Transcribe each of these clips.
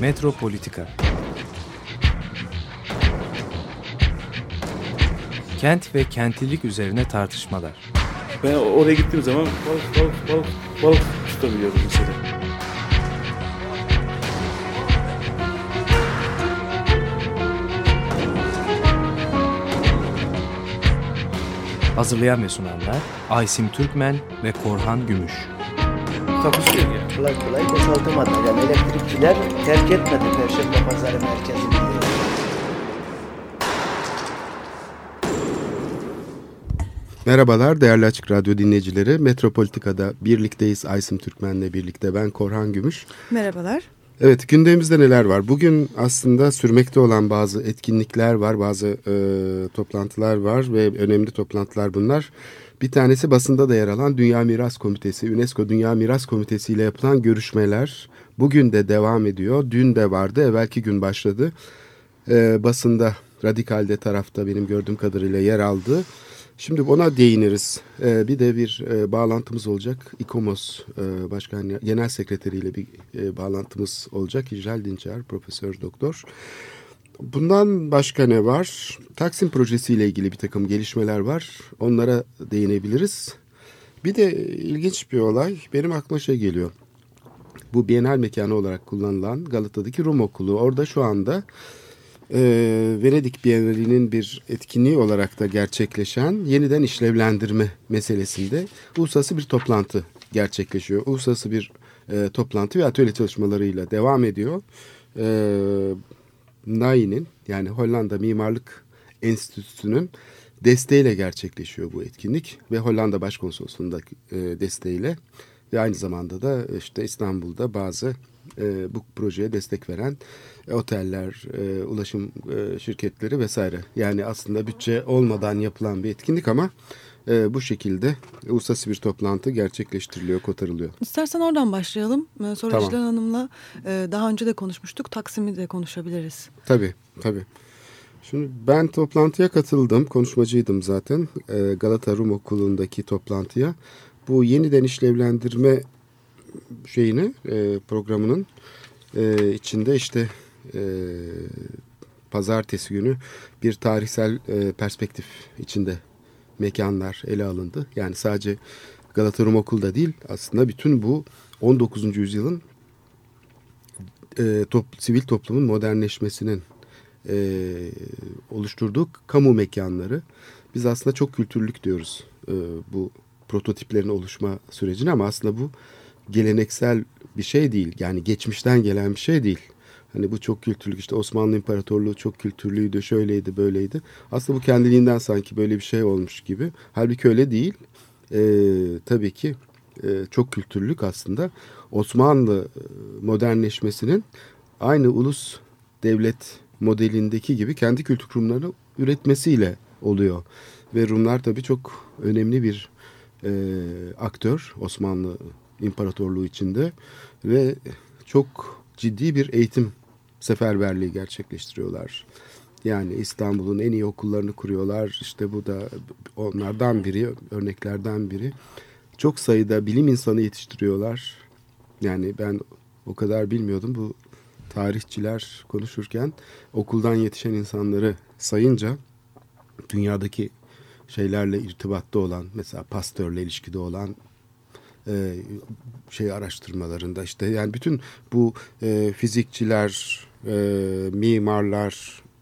Metropolitika. Kent ve kentlilik üzerine tartışmalar. Ben oraya gittiğim zaman balık tutabiliyorum mesela. Hazırlayan ve sunanlar Aysim Türkmen ve Korhan Gümüş. Kapışıyor yani. Kolay kolay boşaltamadı. Yani elektrikçiler terk etmedi Perşembe Pazarı merkezini. Merhabalar değerli Açık Radyo dinleyicileri. Metropolitika'da birlikteyiz. Aysim Türkmen'le birlikte ben Korhan Gümüş. Merhabalar. Evet, gündemimizde neler var? Bugün aslında sürmekte olan bazı etkinlikler var, bazı toplantılar var ve önemli toplantılar bunlar. Bir tanesi basında da yer alan Dünya Miras Komitesi, UNESCO Dünya Miras Komitesi ile yapılan görüşmeler bugün de devam ediyor. Dün de vardı, evvelki gün başladı. Basında, Radikal'de tarafta benim gördüğüm kadarıyla yer aldı. Şimdi ona değiniriz. Bir de bir bağlantımız olacak. İKOMOS Başkan Genel Sekreteri ile bir bağlantımız olacak. İcral Dinçer, Profesör Doktor. Bundan başka ne var? Taksim projesiyle ilgili bir takım gelişmeler var. Onlara değinebiliriz. Bir de ilginç bir olay. Benim aklıma şey geliyor. Bu Bienal mekanı olarak kullanılan Galata'daki Rum Okulu. Orada şu anda Venedik Bienali'nin bir etkinliği olarak da gerçekleşen yeniden işlevlendirme meselesinde uluslararası bir toplantı gerçekleşiyor. Uluslararası bir toplantı ve atölye çalışmalarıyla devam ediyor. NAI'nin yani Hollanda Mimarlık Enstitüsü'nün desteğiyle gerçekleşiyor bu etkinlik ve Hollanda Başkonsolosluğu'nun da desteğiyle ve aynı zamanda da işte İstanbul'da bazı bu projeye destek veren oteller, ulaşım şirketleri vesaire. Yani aslında bütçe olmadan yapılan bir etkinlik ama bu şekilde uluslararası bir toplantı gerçekleştiriliyor, kotarılıyor. İstersen oradan başlayalım. Sonra Tamam. İclal Hanım'la daha önce de konuşmuştuk. Taksim'i de konuşabiliriz. Tabii. Şimdi ben toplantıya katıldım. Konuşmacıydım zaten. Galata Rum Okulu'ndaki toplantıya. Bu yeniden işlevlendirme programının içinde işte pazartesi günü bir tarihsel perspektif içinde mekanlar ele alındı. Yani sadece Galata Rum Okulu'da değil, aslında bütün bu 19. yüzyılın sivil toplumun modernleşmesinin oluşturduğu kamu mekanları. Biz aslında çok kültürlük diyoruz bu prototiplerin oluşma sürecine, ama aslında bu geleneksel bir şey değil. Yani geçmişten gelen bir şey değil. Hani bu çok kültürlük, işte Osmanlı İmparatorluğu çok kültürlüydü, şöyleydi, böyleydi. Aslında bu kendiliğinden sanki böyle bir şey olmuş gibi. Halbuki öyle değil. Tabii ki çok kültürlük aslında Osmanlı modernleşmesinin aynı ulus devlet modelindeki gibi kendi kültür kurumlarını üretmesiyle oluyor. Ve Rumlar tabii çok önemli bir aktör Osmanlı İmparatorluğu içinde ve çok ciddi bir eğitim seferberliği gerçekleştiriyorlar. Yani İstanbul'un en iyi okullarını kuruyorlar. İşte bu da onlardan biri, örneklerden biri. Çok sayıda bilim insanı yetiştiriyorlar. Yani ben o kadar bilmiyordum. Bu tarihçiler konuşurken okuldan yetişen insanları sayınca dünyadaki şeylerle irtibatta olan, mesela Pasteur'le ilişkide olan araştırmalarında işte yani bütün bu fizikçiler, mimarlar,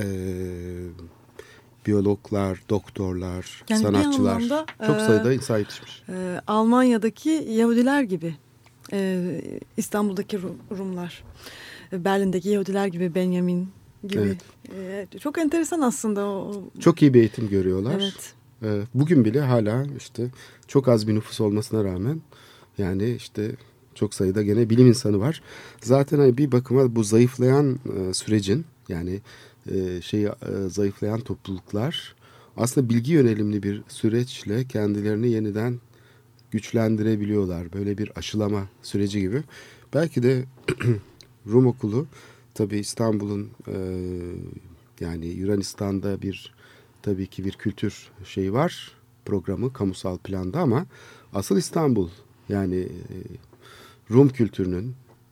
biyologlar, doktorlar, Yani sanatçılar çok sayıda insan yetişmiş. Almanya'daki Yahudiler gibi, İstanbul'daki Rumlar, Berlin'deki Yahudiler gibi, Benjamin gibi. Evet. Çok enteresan aslında. Çok iyi bir eğitim görüyorlar. Evet. Bugün bile hala işte çok az bir nüfus olmasına rağmen yani işte çok sayıda gene bilim insanı var. Zaten hani bir bakıma bu zayıflayan sürecin yani zayıflayan topluluklar aslında bilgi yönelimli bir süreçle kendilerini yeniden güçlendirebiliyorlar. Böyle bir aşılama süreci gibi. Belki de Rum Okulu tabii İstanbul'un yani Yunanistan'da tabii ki bir kültür var, programı kamusal planda, ama asıl İstanbul yani Rum kültürünün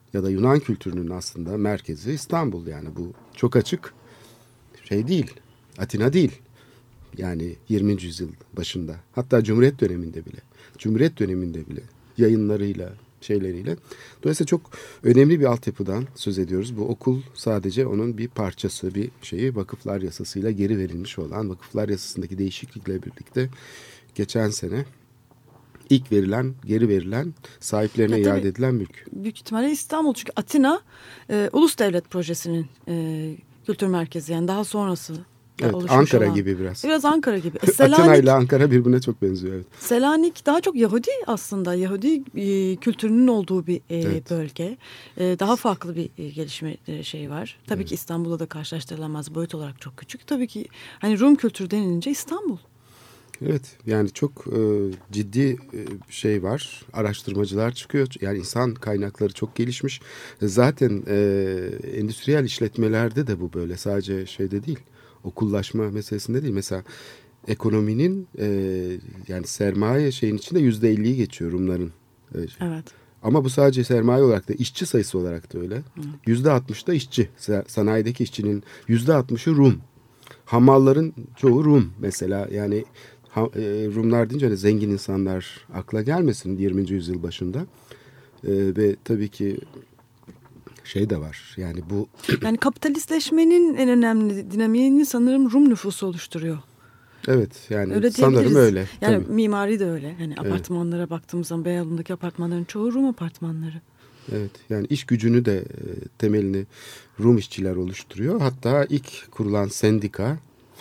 ya da Yunan kültürünün aslında merkezi İstanbul. Yani bu çok açık şey değil. Atina değil. Yani 20. yüzyıl başında. Hatta Cumhuriyet döneminde bile yayınlarıyla, şeyleriyle. Dolayısıyla çok önemli bir altyapıdan söz ediyoruz. Bu okul sadece onun bir parçası, bir şeyi vakıflar yasasıyla geri verilmiş olan, vakıflar yasasındaki değişiklikle birlikte geçen sene ilk geri verilen, sahiplerine iade edilen mülk. Büyük ihtimalle İstanbul, çünkü Atina Ulus Devlet Projesi'nin kültür merkezi, yani daha sonrası. Evet, Ankara olan gibi biraz. Biraz Ankara gibi. Atina ile Ankara birbirine çok benziyor. Evet. Selanik daha çok Yahudi aslında. Yahudi kültürünün olduğu bir bölge. Daha farklı bir gelişme şeyi var. Tabii ki İstanbul'la da karşılaştırılamaz. Boyut olarak çok küçük. Tabii ki hani Rum kültürü denilince İstanbul. Evet, yani çok ciddi şey var. Araştırmacılar çıkıyor. Yani insan kaynakları çok gelişmiş. Zaten endüstriyel işletmelerde de bu böyle. Sadece şeyde değil. Okullaşma meselesinde değil. Mesela ekonominin yani sermaye şeyin içinde %50'yi geçiyor Rumların. Evet. Ama bu sadece sermaye olarak da, işçi sayısı olarak da öyle. %60 da işçi. Sanayideki işçinin %60'ı Rum. Hamalların çoğu Rum mesela. Yani Rumlar deyince hani zengin insanlar akla gelmesin 20. yüzyıl başında. Ve tabii ki şey de var. Yani bu yani kapitalistleşmenin en önemli dinamiğini sanırım Rum nüfusu oluşturuyor. Evet, yani öyle sanırım öyle. Yani tabii. Mimari de öyle. Hani apartmanlara baktığımız zaman Beyoğlu'ndaki apartmanların çoğu Rum apartmanları. Evet, yani iş gücünü de temelini Rum işçiler oluşturuyor. Hatta ilk kurulan sendika,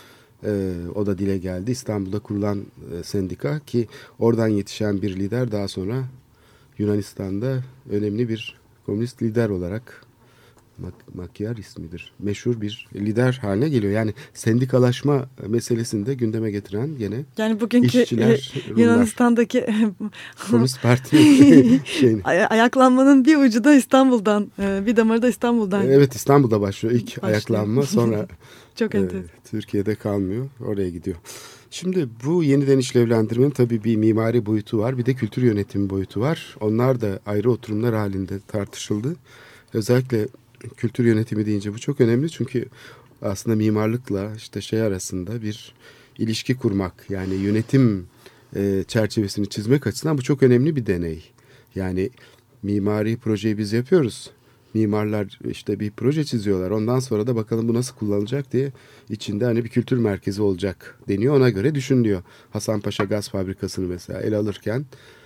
o da dile geldi. İstanbul'da kurulan sendika ki oradan yetişen bir lider daha sonra Yunanistan'da önemli bir komünist lider olarak Makyar ismidir. Meşhur bir lider haline geliyor. Yani sendikalaşma meselesini de gündeme getiren gene yani bugünkü işçiler, Yunanistan'daki Komünist Parti ayaklanmanın bir ucu da İstanbul'dan, bir damarı da İstanbul'dan. Evet, İstanbul'da başlıyor ilk ayaklanma, sonra çok Türkiye'de kalmıyor, oraya gidiyor. Şimdi bu yeniden işlevlendirmenin tabii bir mimari boyutu var, bir de kültür yönetimi boyutu var. Onlar da ayrı oturumlar halinde tartışıldı. Özellikle kültür yönetimi deyince bu çok önemli, çünkü aslında mimarlıkla işte şey arasında bir ilişki kurmak, yani yönetim çerçevesini çizmek açısından bu çok önemli bir deney. Yani mimari projeyi biz yapıyoruz. Mimarlar işte bir proje çiziyorlar. Ondan sonra da bakalım bu nasıl kullanılacak diye içinde hani bir kültür merkezi olacak deniyor. Ona göre düşünülüyor. Hasanpaşa Gaz Fabrikası'nı mesela ele alırken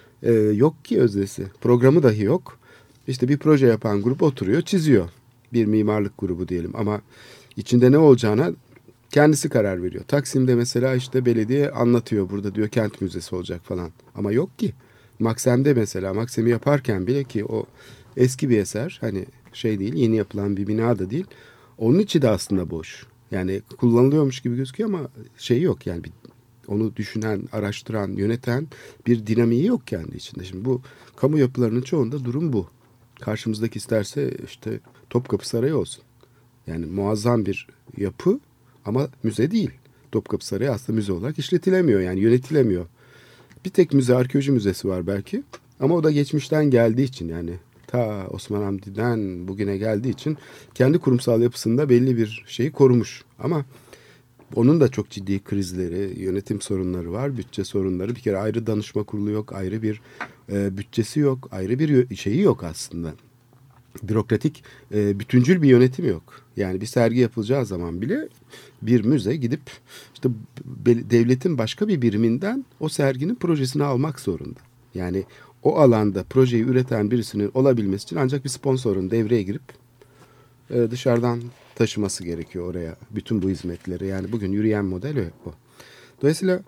yok ki öznesi. Programı dahi yok. İşte bir proje yapan grup oturuyor, çiziyor. Bir mimarlık grubu diyelim, ama içinde ne olacağına kendisi karar veriyor. Taksim'de mesela işte belediye anlatıyor, burada diyor kent müzesi olacak falan. Ama yok ki. Maksim'de mesela, Maksim'i yaparken bile, ki o eski bir eser, hani şey değil, yeni yapılan bir bina da değil. Onun içi de aslında boş. Yani kullanılıyormuş gibi gözüküyor ama şey yok yani, onu düşünen, araştıran, yöneten bir dinamiği yok kendi içinde. Şimdi bu kamu yapılarının çoğunda durum bu. Karşımızdaki isterse işte Topkapı Sarayı olsun. Yani muazzam bir yapı ama müze değil. Topkapı Sarayı aslında müze olarak işletilemiyor, yani yönetilemiyor. Bir tek müze, arkeoloji müzesi var belki, ama o da geçmişten geldiği için, yani ta Osman Hamdi'den bugüne geldiği için kendi kurumsal yapısında belli bir şeyi korumuş. Ama onun da çok ciddi krizleri, yönetim sorunları var, bütçe sorunları. Bir kere ayrı danışma kurulu yok, ayrı bir bütçesi yok, ayrı bir şeyi yok aslında. Bürokratik, bütüncül bir yönetim yok. Yani bir sergi yapılacağı zaman bile bir müze gidip işte devletin başka bir biriminden o serginin projesini almak zorunda. Yani o alanda projeyi üreten birisinin olabilmesi için ancak bir sponsorun devreye girip dışarıdan taşıması gerekiyor oraya bütün bu hizmetleri. Yani bugün yürüyen model o. Dolayısıyla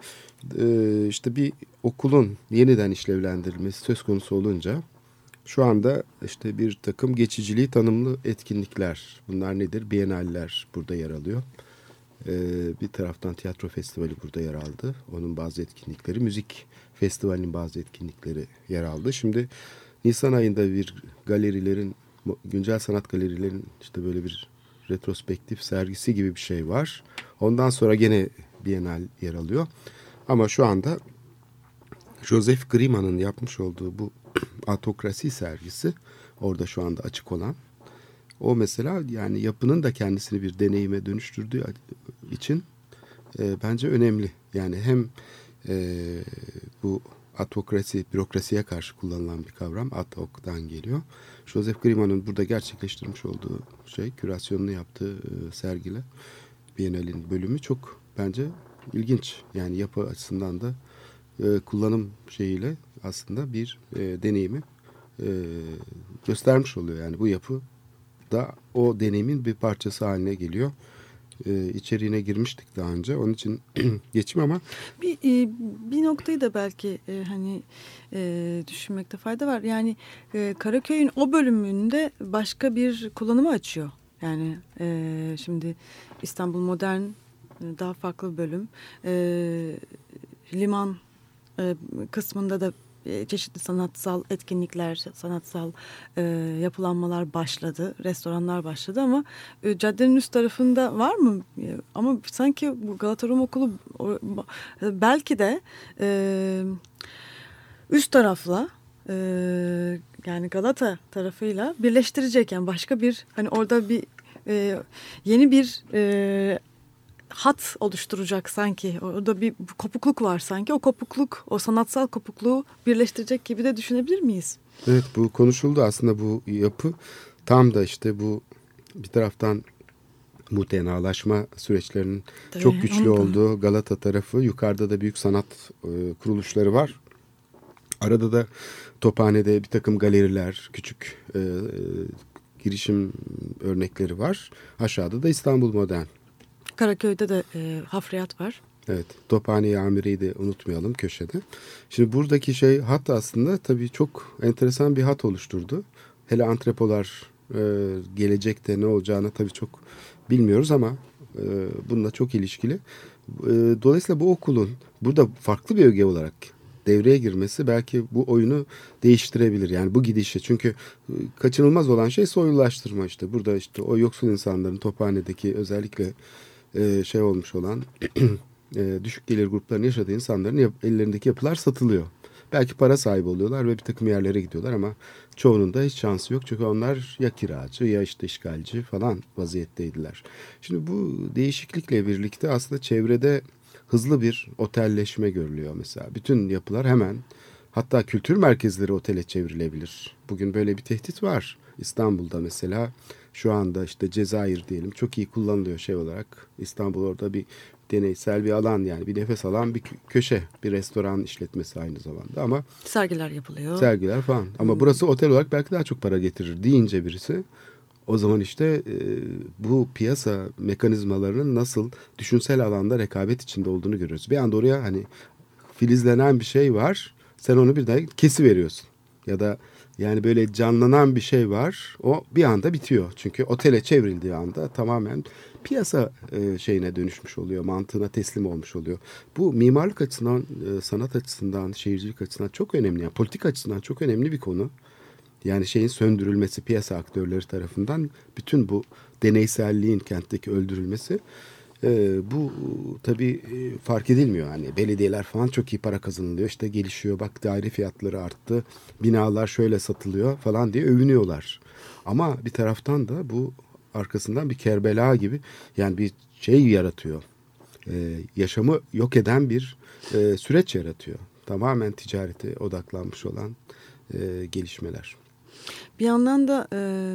işte bir okulun yeniden işlevlendirilmesi söz konusu olunca şu anda işte bir takım geçiciliği tanımlı etkinlikler, bunlar nedir? Biennaller burada yer alıyor. Bir taraftan tiyatro festivali burada yer aldı. Onun bazı etkinlikleri, müzik festivalinin bazı etkinlikleri yer aldı. Şimdi Nisan ayında bir galerilerin, güncel sanat galerilerin işte böyle bir retrospektif sergisi gibi bir şey var. Ondan sonra gene Biennale yer alıyor. Ama şu anda Joseph Grima'nın yapmış olduğu bu Atokrasi sergisi, orada şu anda açık olan. O mesela yani yapının da kendisini bir deneyime dönüştürdüğü için bence önemli. Yani hem bu atokrasi, bürokrasiye karşı kullanılan bir kavram, ad-hoc'dan geliyor. Joseph Grima'nın burada gerçekleştirmiş olduğu kürasyonunu yaptığı sergile Biennale'nin bölümü çok bence ilginç. Yani yapı açısından da kullanım şeyiyle aslında bir deneyimi göstermiş oluyor. Yani bu yapı da o deneyimin bir parçası haline geliyor. İçeriğine girmiştik daha önce. Onun için geçeyim ama bir noktayı da belki düşünmekte fayda var. Yani Karaköy'ün o bölümünde başka bir kullanımı açıyor. Yani şimdi İstanbul Modern daha farklı bir bölüm. Liman kısmında da çeşitli sanatsal etkinlikler, sanatsal yapılanmalar başladı, restoranlar başladı ama caddenin üst tarafında var mı? Ama sanki bu Galata Rum Okulu belki de üst tarafla yani Galata tarafıyla birleştirecek, yani başka bir orada bir yeni bir hat oluşturacak sanki. Orada bir kopukluk var sanki. O kopukluk, o sanatsal kopukluğu birleştirecek gibi de düşünebilir miyiz? Evet, bu konuşuldu aslında. Bu yapı tam da işte bu bir taraftan mutenalaşma süreçlerinin çok güçlü olduğu Galata tarafı. Yukarıda da büyük sanat kuruluşları var. Arada da Tophane'de bir takım galeriler, küçük girişim örnekleri var. Aşağıda da İstanbul Modern. Karaköy'de de hafriyat var. Evet, Tophane-i Amire'yi de unutmayalım köşede. Şimdi buradaki hat aslında tabii çok enteresan bir hat oluşturdu. Hele antrepolar gelecekte ne olacağını tabii çok bilmiyoruz ama bununla çok ilişkili. Dolayısıyla bu okulun burada farklı bir öge olarak devreye girmesi belki bu oyunu değiştirebilir. Yani bu gidişe, çünkü kaçınılmaz olan şey soylulaştırma işte. Burada işte o yoksul insanların Tophane'deki özellikle olmuş olan düşük gelir gruplarının yaşadığı insanların ellerindeki yapılar satılıyor. Belki para sahibi oluyorlar ve bir takım yerlere gidiyorlar ama çoğunun da hiç şansı yok. Çünkü onlar ya kiracı ya işte işgalci falan vaziyetteydiler. Şimdi bu değişiklikle birlikte aslında çevrede hızlı bir otelleşme görülüyor mesela. Bütün yapılar hemen, hatta kültür merkezleri otele çevrilebilir. Bugün böyle bir tehdit var. İstanbul'da mesela şu anda işte Cezayir diyelim çok iyi kullanılıyor olarak. İstanbul orada bir deneysel bir alan, yani bir nefes alan bir köşe, bir restoran işletmesi aynı zamanda ama sergiler yapılıyor. Sergiler falan. Ama burası otel olarak belki daha çok para getirir deyince birisi, o zaman işte bu piyasa mekanizmalarının nasıl düşünsel alanda rekabet içinde olduğunu görüyoruz. Bir anda oraya filizlenen bir şey var. Sen onu birden kesiveriyorsun. Ya da yani böyle canlanan bir şey var. O bir anda bitiyor. Çünkü otele çevrildiği anda tamamen piyasa şeyine dönüşmüş oluyor. Mantığına teslim olmuş oluyor. Bu mimarlık açısından, sanat açısından, şehircilik açısından çok önemli. Yani politik açısından çok önemli bir konu. Yani söndürülmesi piyasa aktörleri tarafından, bütün bu deneyselliğin kentteki öldürülmesi, bu tabii fark edilmiyor. Hani belediyeler falan çok iyi para kazanılıyor, işte gelişiyor, bak daire fiyatları arttı, binalar şöyle satılıyor falan diye övünüyorlar. Ama bir taraftan da bu arkasından bir Kerbela gibi yani bir yaratıyor. Yaşamı yok eden bir süreç yaratıyor. Tamamen ticarete odaklanmış olan gelişmeler. Bir yandan da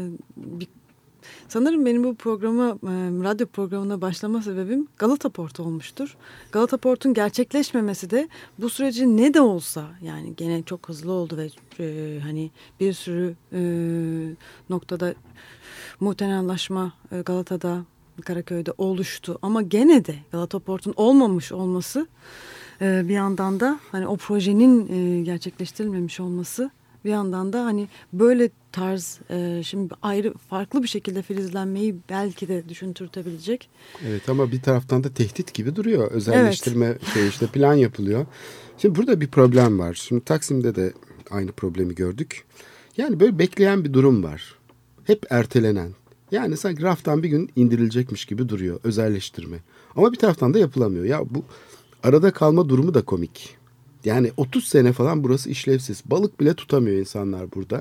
sanırım benim bu radyo programına başlama sebebim Galata Port olmuştur. Galata Port'un gerçekleşmemesi de bu süreci ne de olsa, yani gene çok hızlı oldu ve bir sürü noktada muhtenalaşma Galata'da, Karaköy'de oluştu. Ama gene de Galata Port'un olmamış olması, bir yandan da o projenin gerçekleştirilmemiş olması, bir yandan da böyle tarz şimdi ayrı farklı bir şekilde filizlenmeyi belki de düşüntürtebilecek. Evet, ama bir taraftan da tehdit gibi duruyor. Özelleştirme işte plan yapılıyor. Şimdi burada bir problem var. Şimdi Taksim'de de aynı problemi gördük. Yani böyle bekleyen bir durum var. Hep ertelenen. Yani sanki raftan bir gün indirilecekmiş gibi duruyor özelleştirme. Ama bir taraftan da yapılamıyor. Ya bu arada kalma durumu da komik. Yani 30 sene falan burası işlevsiz. Balık bile tutamıyor insanlar burada.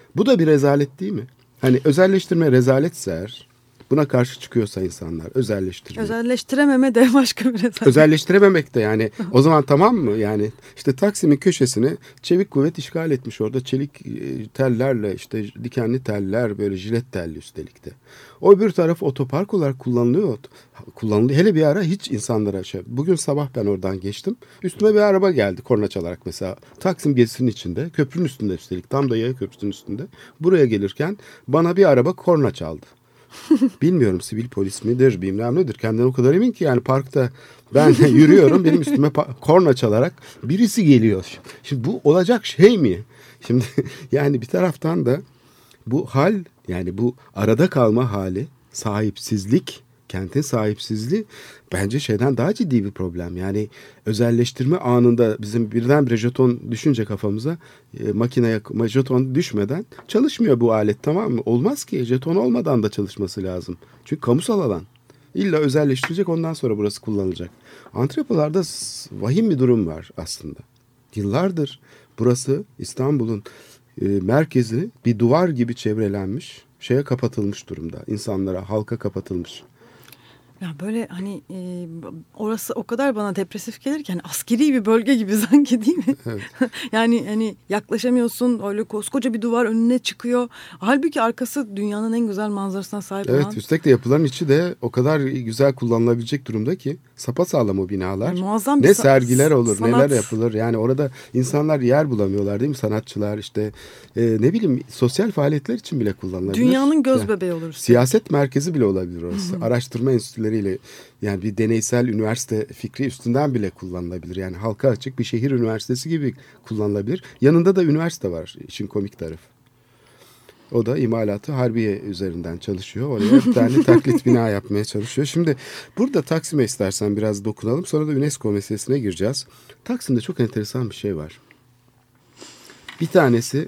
Bu da bir rezalet değil mi? Hani özelleştirme rezaletse eğer, buna karşı çıkıyorsa insanlar özelleştirme. Özelleştirememe de başka bir rezalet. Özelleştirememek de yani o zaman tamam mı? Yani işte Taksim'in köşesini çevik kuvvet işgal etmiş, orada çelik tellerle, işte dikenli teller, böyle jilet telli üstelik de. O öbür taraf otopark olarak kullanılıyor. Hele bir ara hiç insanlara Bugün sabah ben oradan geçtim. Üstüme bir araba geldi korna çalarak mesela. Taksim gezisinin içinde, köprünün üstünde üstelik, tam da Yaya Köprüsü'nün üstünde. Buraya gelirken bana bir araba korna çaldı. Bilmiyorum sivil polis midir, bilmem nedir. Kendinden o kadar emin ki yani parkta ben yürüyorum, benim üstüme korna çalarak birisi geliyor. Şimdi bu olacak şey mi? Şimdi yani bir taraftan da bu hal, yani bu arada kalma hali, sahipsizlik, kentin sahipsizliği bence şeyden daha ciddi bir problem. Yani özelleştirme anında bizim birdenbire jeton düşünce kafamıza, makineye jeton düşmeden çalışmıyor bu alet, tamam mı? Olmaz ki, jeton olmadan da çalışması lazım. Çünkü kamusal alan. İlla özelleştirecek, ondan sonra burası kullanılacak. Antrepolarda vahim bir durum var aslında. Yıllardır burası İstanbul'un merkezi bir duvar gibi çevrelenmiş, şeye kapatılmış durumda. İnsanlara, halka kapatılmış. Ya böyle hani orası o kadar bana depresif gelir ki, hani askeri bir bölge gibi sanki, değil mi? Evet. Yani hani yaklaşamıyorsun, öyle koskoca bir duvar önüne çıkıyor. Halbuki arkası dünyanın en güzel manzarasına sahip olan. Evet, üstelik de yapıların içi de o kadar güzel kullanılabilecek durumda ki sapasağlam o binalar. Yani muazzam ne sergiler olur, sanat, neler yapılır. Yani orada insanlar yer bulamıyorlar, değil mi? Sanatçılar işte ne bileyim, sosyal faaliyetler için bile kullanılabilir. Dünyanın göz bebeği olur. Siyaset merkezi bile olabilir orası. Araştırma enstitüleri, yani bir deneysel üniversite fikri üstünden bile kullanılabilir. Yani halka açık bir şehir üniversitesi gibi kullanılabilir. Yanında da üniversite var, işin komik tarafı. O da imalatı harbiye üzerinden çalışıyor. Oraya bir tane taklit bina yapmaya çalışıyor. Şimdi burada Taksim'e istersen biraz dokunalım. Sonra da UNESCO meselesine gireceğiz. Taksim'de çok enteresan bir şey var. Bir tanesi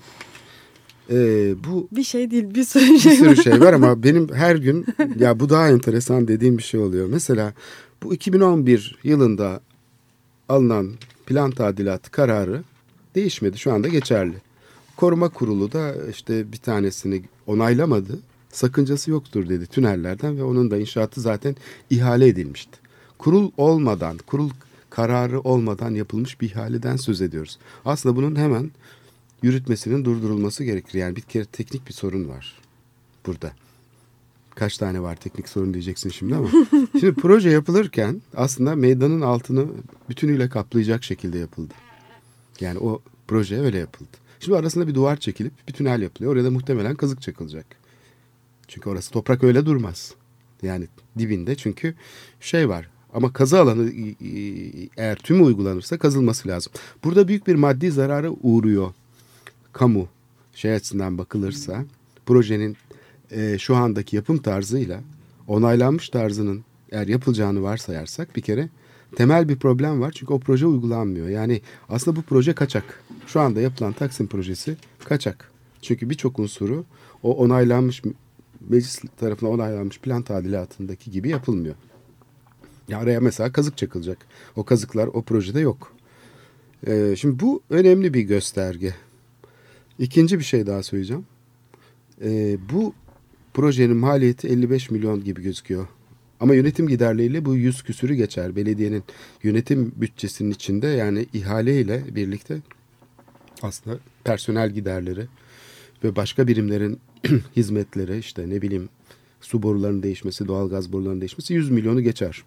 bu bir şey değil, bir sürü şey var ama benim her gün ya bu daha enteresan dediğim bir şey oluyor. Mesela bu 2011 yılında alınan plan tadilatı kararı değişmedi, şu anda geçerli. Koruma Kurulu da işte bir tanesini onaylamadı. Sakıncası yoktur dedi tünellerden ve onun da inşaatı zaten ihale edilmişti. Kurul kararı olmadan yapılmış bir ihaleden söz ediyoruz. Aslında bunun hemen yürütmesinin durdurulması gerekir. Yani bir kere teknik bir sorun var burada. Kaç tane var teknik sorun diyeceksin şimdi ama. Şimdi proje yapılırken aslında meydanın altını bütünüyle kaplayacak şekilde yapıldı. Yani o proje öyle yapıldı. Şimdi arasında bir duvar çekilip bir tünel yapılıyor. Oraya da muhtemelen kazık çakılacak. Çünkü orası toprak öyle durmaz. Yani dibinde çünkü şey var. Ama kazı alanı eğer tümü uygulanırsa kazılması lazım. Burada büyük bir maddi zarara uğruyor kamu açısından bakılırsa. Projenin şu andaki yapım tarzıyla onaylanmış tarzının eğer yapılacağını varsayarsak bir kere temel bir problem var. Çünkü o proje uygulanmıyor. Yani aslında bu proje kaçak. Şu anda yapılan Taksim projesi kaçak. Çünkü birçok unsuru o onaylanmış, meclis tarafından onaylanmış plan tadilatındaki gibi yapılmıyor. Ya araya mesela kazık çakılacak. O kazıklar o projede yok. Şimdi bu önemli bir gösterge. İkinci bir şey daha söyleyeceğim. Bu projenin maliyeti 55 milyon gibi gözüküyor. Ama yönetim giderleriyle bu 100 küsürü geçer. Belediyenin yönetim bütçesinin içinde, yani ihaleyle birlikte aslında personel giderleri ve başka birimlerin hizmetleri, işte ne bileyim su borularının değişmesi, doğalgaz borularının değişmesi 100 milyonu geçer.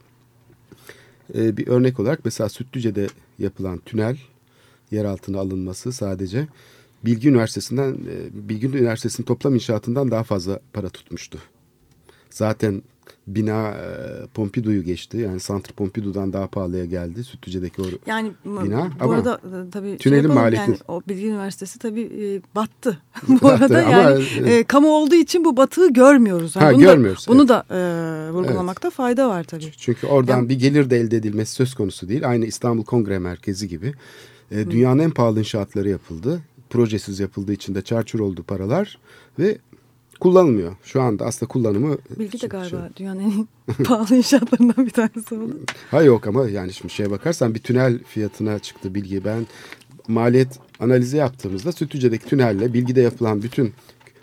Bir örnek olarak mesela Sütlüce'de yapılan tünel yer altına alınması sadece Bilgi Üniversitesi'nin toplam inşaatından daha fazla para tutmuştu. Zaten bina Pompidou'yu geçti. Yani Centre Pompidou'dan daha pahalıya geldi. Sütlüce'deki o yani, bina. Bu arada tabii tünelin maliyeti. Yani o Bilgi Üniversitesi tabii battı. Bu arada yani kamu olduğu için bu batığı görmüyoruz. Yani görmüyoruz. Bunu da vurgulamakta fayda var tabii. Çünkü oradan bir gelir de elde edilmesi söz konusu değil. Aynı İstanbul Kongre Merkezi gibi. Dünyanın en pahalı inşaatları yapıldı. Projesiz yapıldığı için de çarçur oldu paralar ve kullanılmıyor. Şu anda aslında kullanımı... Bilgi de galiba dünyanın en pahalı inşaatlarından bir tanesi oldu. Hayır, yok ama yani şimdi şeye bakarsan bir tünel fiyatına çıktı Bilgi. Ben maliyet analizi yaptığımızda Sütlüce'deki tünelle Bilgi'de yapılan bütün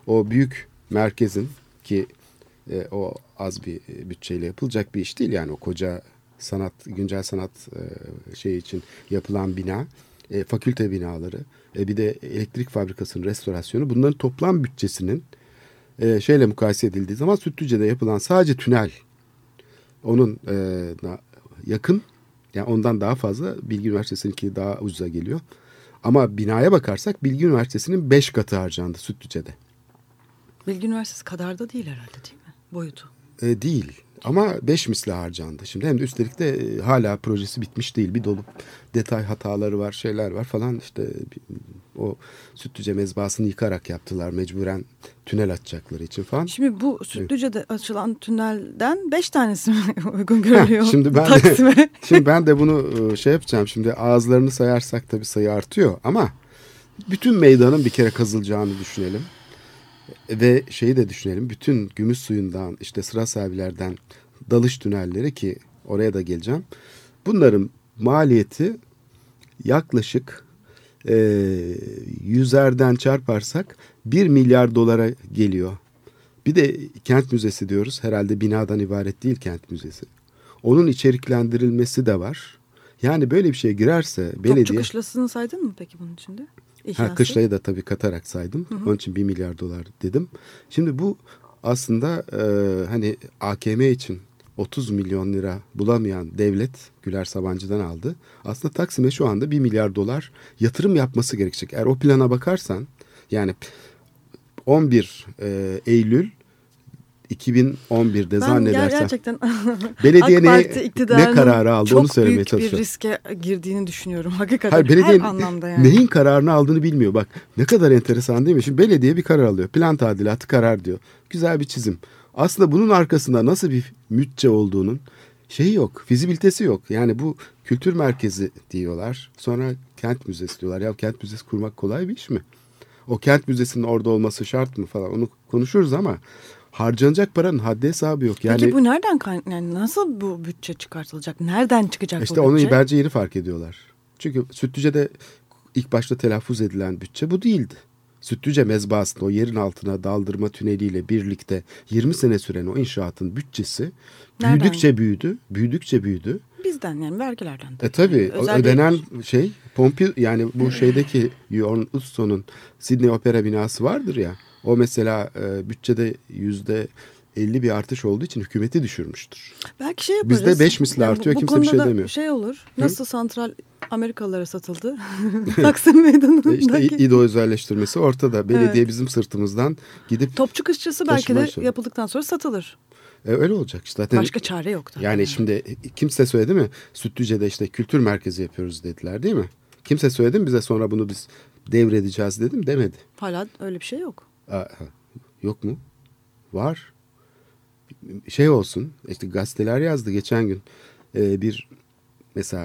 o büyük merkezin ki o az bir bütçeyle yapılacak bir iş değil. Yani o koca sanat, güncel sanat şey için yapılan bina, fakülte binaları, bir de elektrik fabrikasının restorasyonu, bunların toplam bütçesinin şeyle mukayese edildiği zaman Sütlüce'de yapılan sadece tünel onun yakın, yani ondan daha fazla. Bilgi Üniversitesi'ninki daha ucuza geliyor. Ama binaya bakarsak Bilgi Üniversitesi'nin 5 katı harcandı Sütlüce'de. Bilgi Üniversitesi kadar da değil herhalde, değil mi? Boyutu. Değil ama 5 misli harcandı. Şimdi hem de üstelik de hala projesi bitmiş değil. Bir dolu detay hataları var, şeyler var falan. İşte o Sütlüce mezbahasını yıkarak yaptılar mecburen tünel açacakları için falan. Şimdi bu Sütlüce'de açılan tünelden 5 tanesi mi uygun görülüyor? Şimdi ben de bunu şey yapacağım. Şimdi ağızlarını sayarsak tabii sayı artıyor ama bütün meydanın bir kere kazılacağını düşünelim. Ve şeyi de düşünelim, bütün gümüş suyundan, işte sıra sahibilerden dalış tünelleri, ki oraya da geleceğim. Bunların maliyeti yaklaşık 100'erden çarparsak 1 milyar dolara geliyor. Bir de kent müzesi diyoruz. Herhalde binadan ibaret değil kent müzesi. Onun içeriklendirilmesi de var. Yani böyle bir şeye girerse belediye... Topçu Kışlası'nı saydın mı peki bunun içinde? Kışlayı da tabii katarak saydım. Hı hı. Onun için 1 milyar dolar dedim. Şimdi bu aslında hani AKM için 30 milyon lira bulamayan devlet Güler Sabancı'dan aldı. Aslında Taksim'e şu anda 1 milyar dolar yatırım yapması gerekecek. Eğer o plana bakarsan, yani 11 Eylül 2011'de zannedersem gerçekten belediye ne kararı aldı onu söylemeye çalışıyorum. Çok büyük bir riske girdiğini düşünüyorum hakikaten. Hayır, belediye her anlamda yani. Neyin kararını aldığını bilmiyor. Bak ne kadar enteresan değil mi? Şimdi belediye bir karar alıyor. Plan tadilatı karar diyor. Güzel bir çizim. Aslında bunun arkasında nasıl bir bütçe olduğunun şeyi yok. Fizibilitesi yok. Yani bu kültür merkezi diyorlar. Sonra kent müzesi diyorlar. Ya kent müzesi kurmak kolay bir iş mi? O kent müzesinin orada olması şart mı falan, onu konuşuruz ama harcanacak paranın haddi hesabı yok. Yani, peki bu nereden yani nasıl bu bütçe çıkartılacak? Nereden çıkacak işte bu bütçe? Onu bence yeni fark ediyorlar. Çünkü Sütlüce'de ilk başta telaffuz edilen bütçe bu değildi. Sütlüce mezbahasında o yerin altına daldırma tüneliyle birlikte 20 sene süren o inşaatın bütçesi büyüdükçe büyüdü. Bizden, yani vergilerden. Tabii ödenen şey Pompidou, yani bu şeydeki Yorn Usso'nun Sydney Opera binası vardır ya. O mesela bütçede %50 bir artış olduğu için hükümeti düşürmüştür. Belki şey yaparız. Bizde 5 misli artıyor, kimse bir şey demiyor. Şey olur. Nasıl santral Amerikalılara satıldı? Taksim Meydanı'ndaki. İşte İDO özelleştirmesi ortada. Belediye bizim sırtımızdan gidip... Topçu Kışlası belki de yapıldıktan sonra satılır. Öyle olacak işte. Zaten başka çare yok. Yani şimdi kimse söyledi mi? Sütlüce'de işte kültür merkezi yapıyoruz dediler, değil mi? Kimse söyledi mi bize sonra bunu biz devredeceğiz dedim, demedi. Hala öyle bir şey yok. Yok mu? Var. Şey olsun, işte gazeteler yazdı geçen gün. Bir mesela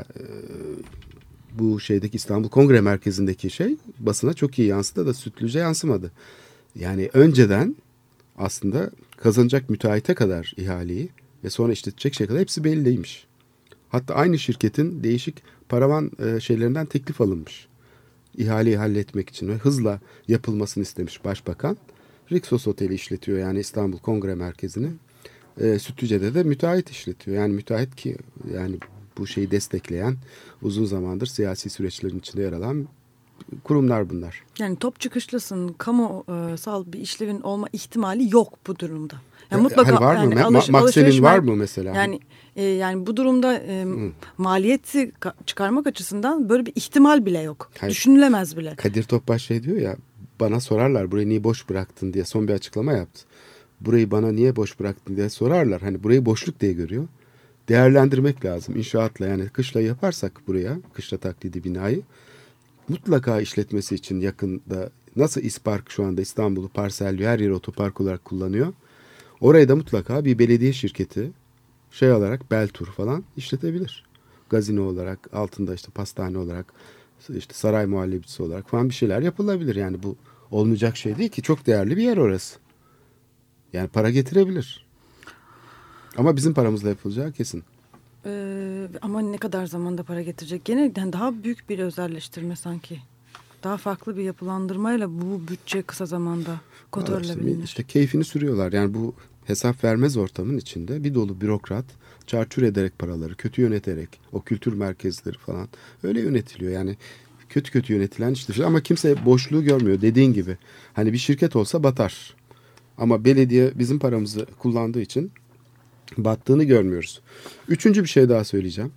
bu şeydeki İstanbul Kongre Merkezi'ndeki şey basına çok iyi yansıdı da Sütlüce yansımadı. Yani önceden aslında kazanacak müteahhite kadar ihaleyi ve sonra işletecek şey kadar hepsi belliymiş. Hatta aynı şirketin değişik paravan şeylerinden teklif alınmış. İhaleyi halletmek için ve hızla yapılmasını istemiş başbakan. Rixos Oteli işletiyor, yani İstanbul Kongre Merkezi'ni. Sütlüce'de de müteahhit işletiyor. Yani müteahhit ki yani bu şeyi destekleyen, uzun zamandır siyasi süreçlerin içinde yer alan kurumlar bunlar. Yani Topçu Kışlası'nın kamusal bir işlevin olma ihtimali yok bu durumda. Yani mutlaka var mı? Yani Maksim'in var mı mesela? Yani bu durumda maliyeti çıkarmak açısından böyle bir ihtimal bile yok. Hayır. Düşünülemez bile. Kadir Topbaş şey diyor ya, bana sorarlar burayı niye boş bıraktın diye, son bir açıklama yaptı. Burayı bana niye boş bıraktın diye sorarlar. Hani burayı boşluk diye görüyor. Değerlendirmek lazım inşaatla, yani kışla yaparsak buraya, kışla taklidi binayı mutlaka işletmesi için yakında, nasıl İspark şu anda İstanbul'u parselliyor, her yeri otopark olarak kullanıyor. Orayı da mutlaka bir belediye şirketi şey olarak Beltur falan işletebilir. Gazino olarak, altında işte pastane olarak, işte saray muhallebicisi olarak falan bir şeyler yapılabilir. Yani bu olmayacak şey değil ki, çok değerli bir yer orası. Yani para getirebilir. Ama bizim paramızla yapılacağı kesin. Ama ne kadar zamanda para getirecek? Gene daha büyük bir özelleştirme sanki. daha farklı bir yapılandırmayla bu bütçe kısa zamanda kotarılabilir. İşte keyfini sürüyorlar. Yani bu hesap vermez ortamın içinde bir dolu bürokrat çarçur ederek paraları kötü yöneterek o kültür merkezleri falan öyle yönetiliyor. Yani kötü yönetilen işte ama kimse boşluğu görmüyor dediğin gibi. Hani bir şirket olsa batar. Ama belediye bizim paramızı kullandığı için battığını görmüyoruz. Üçüncü bir şey daha söyleyeceğim.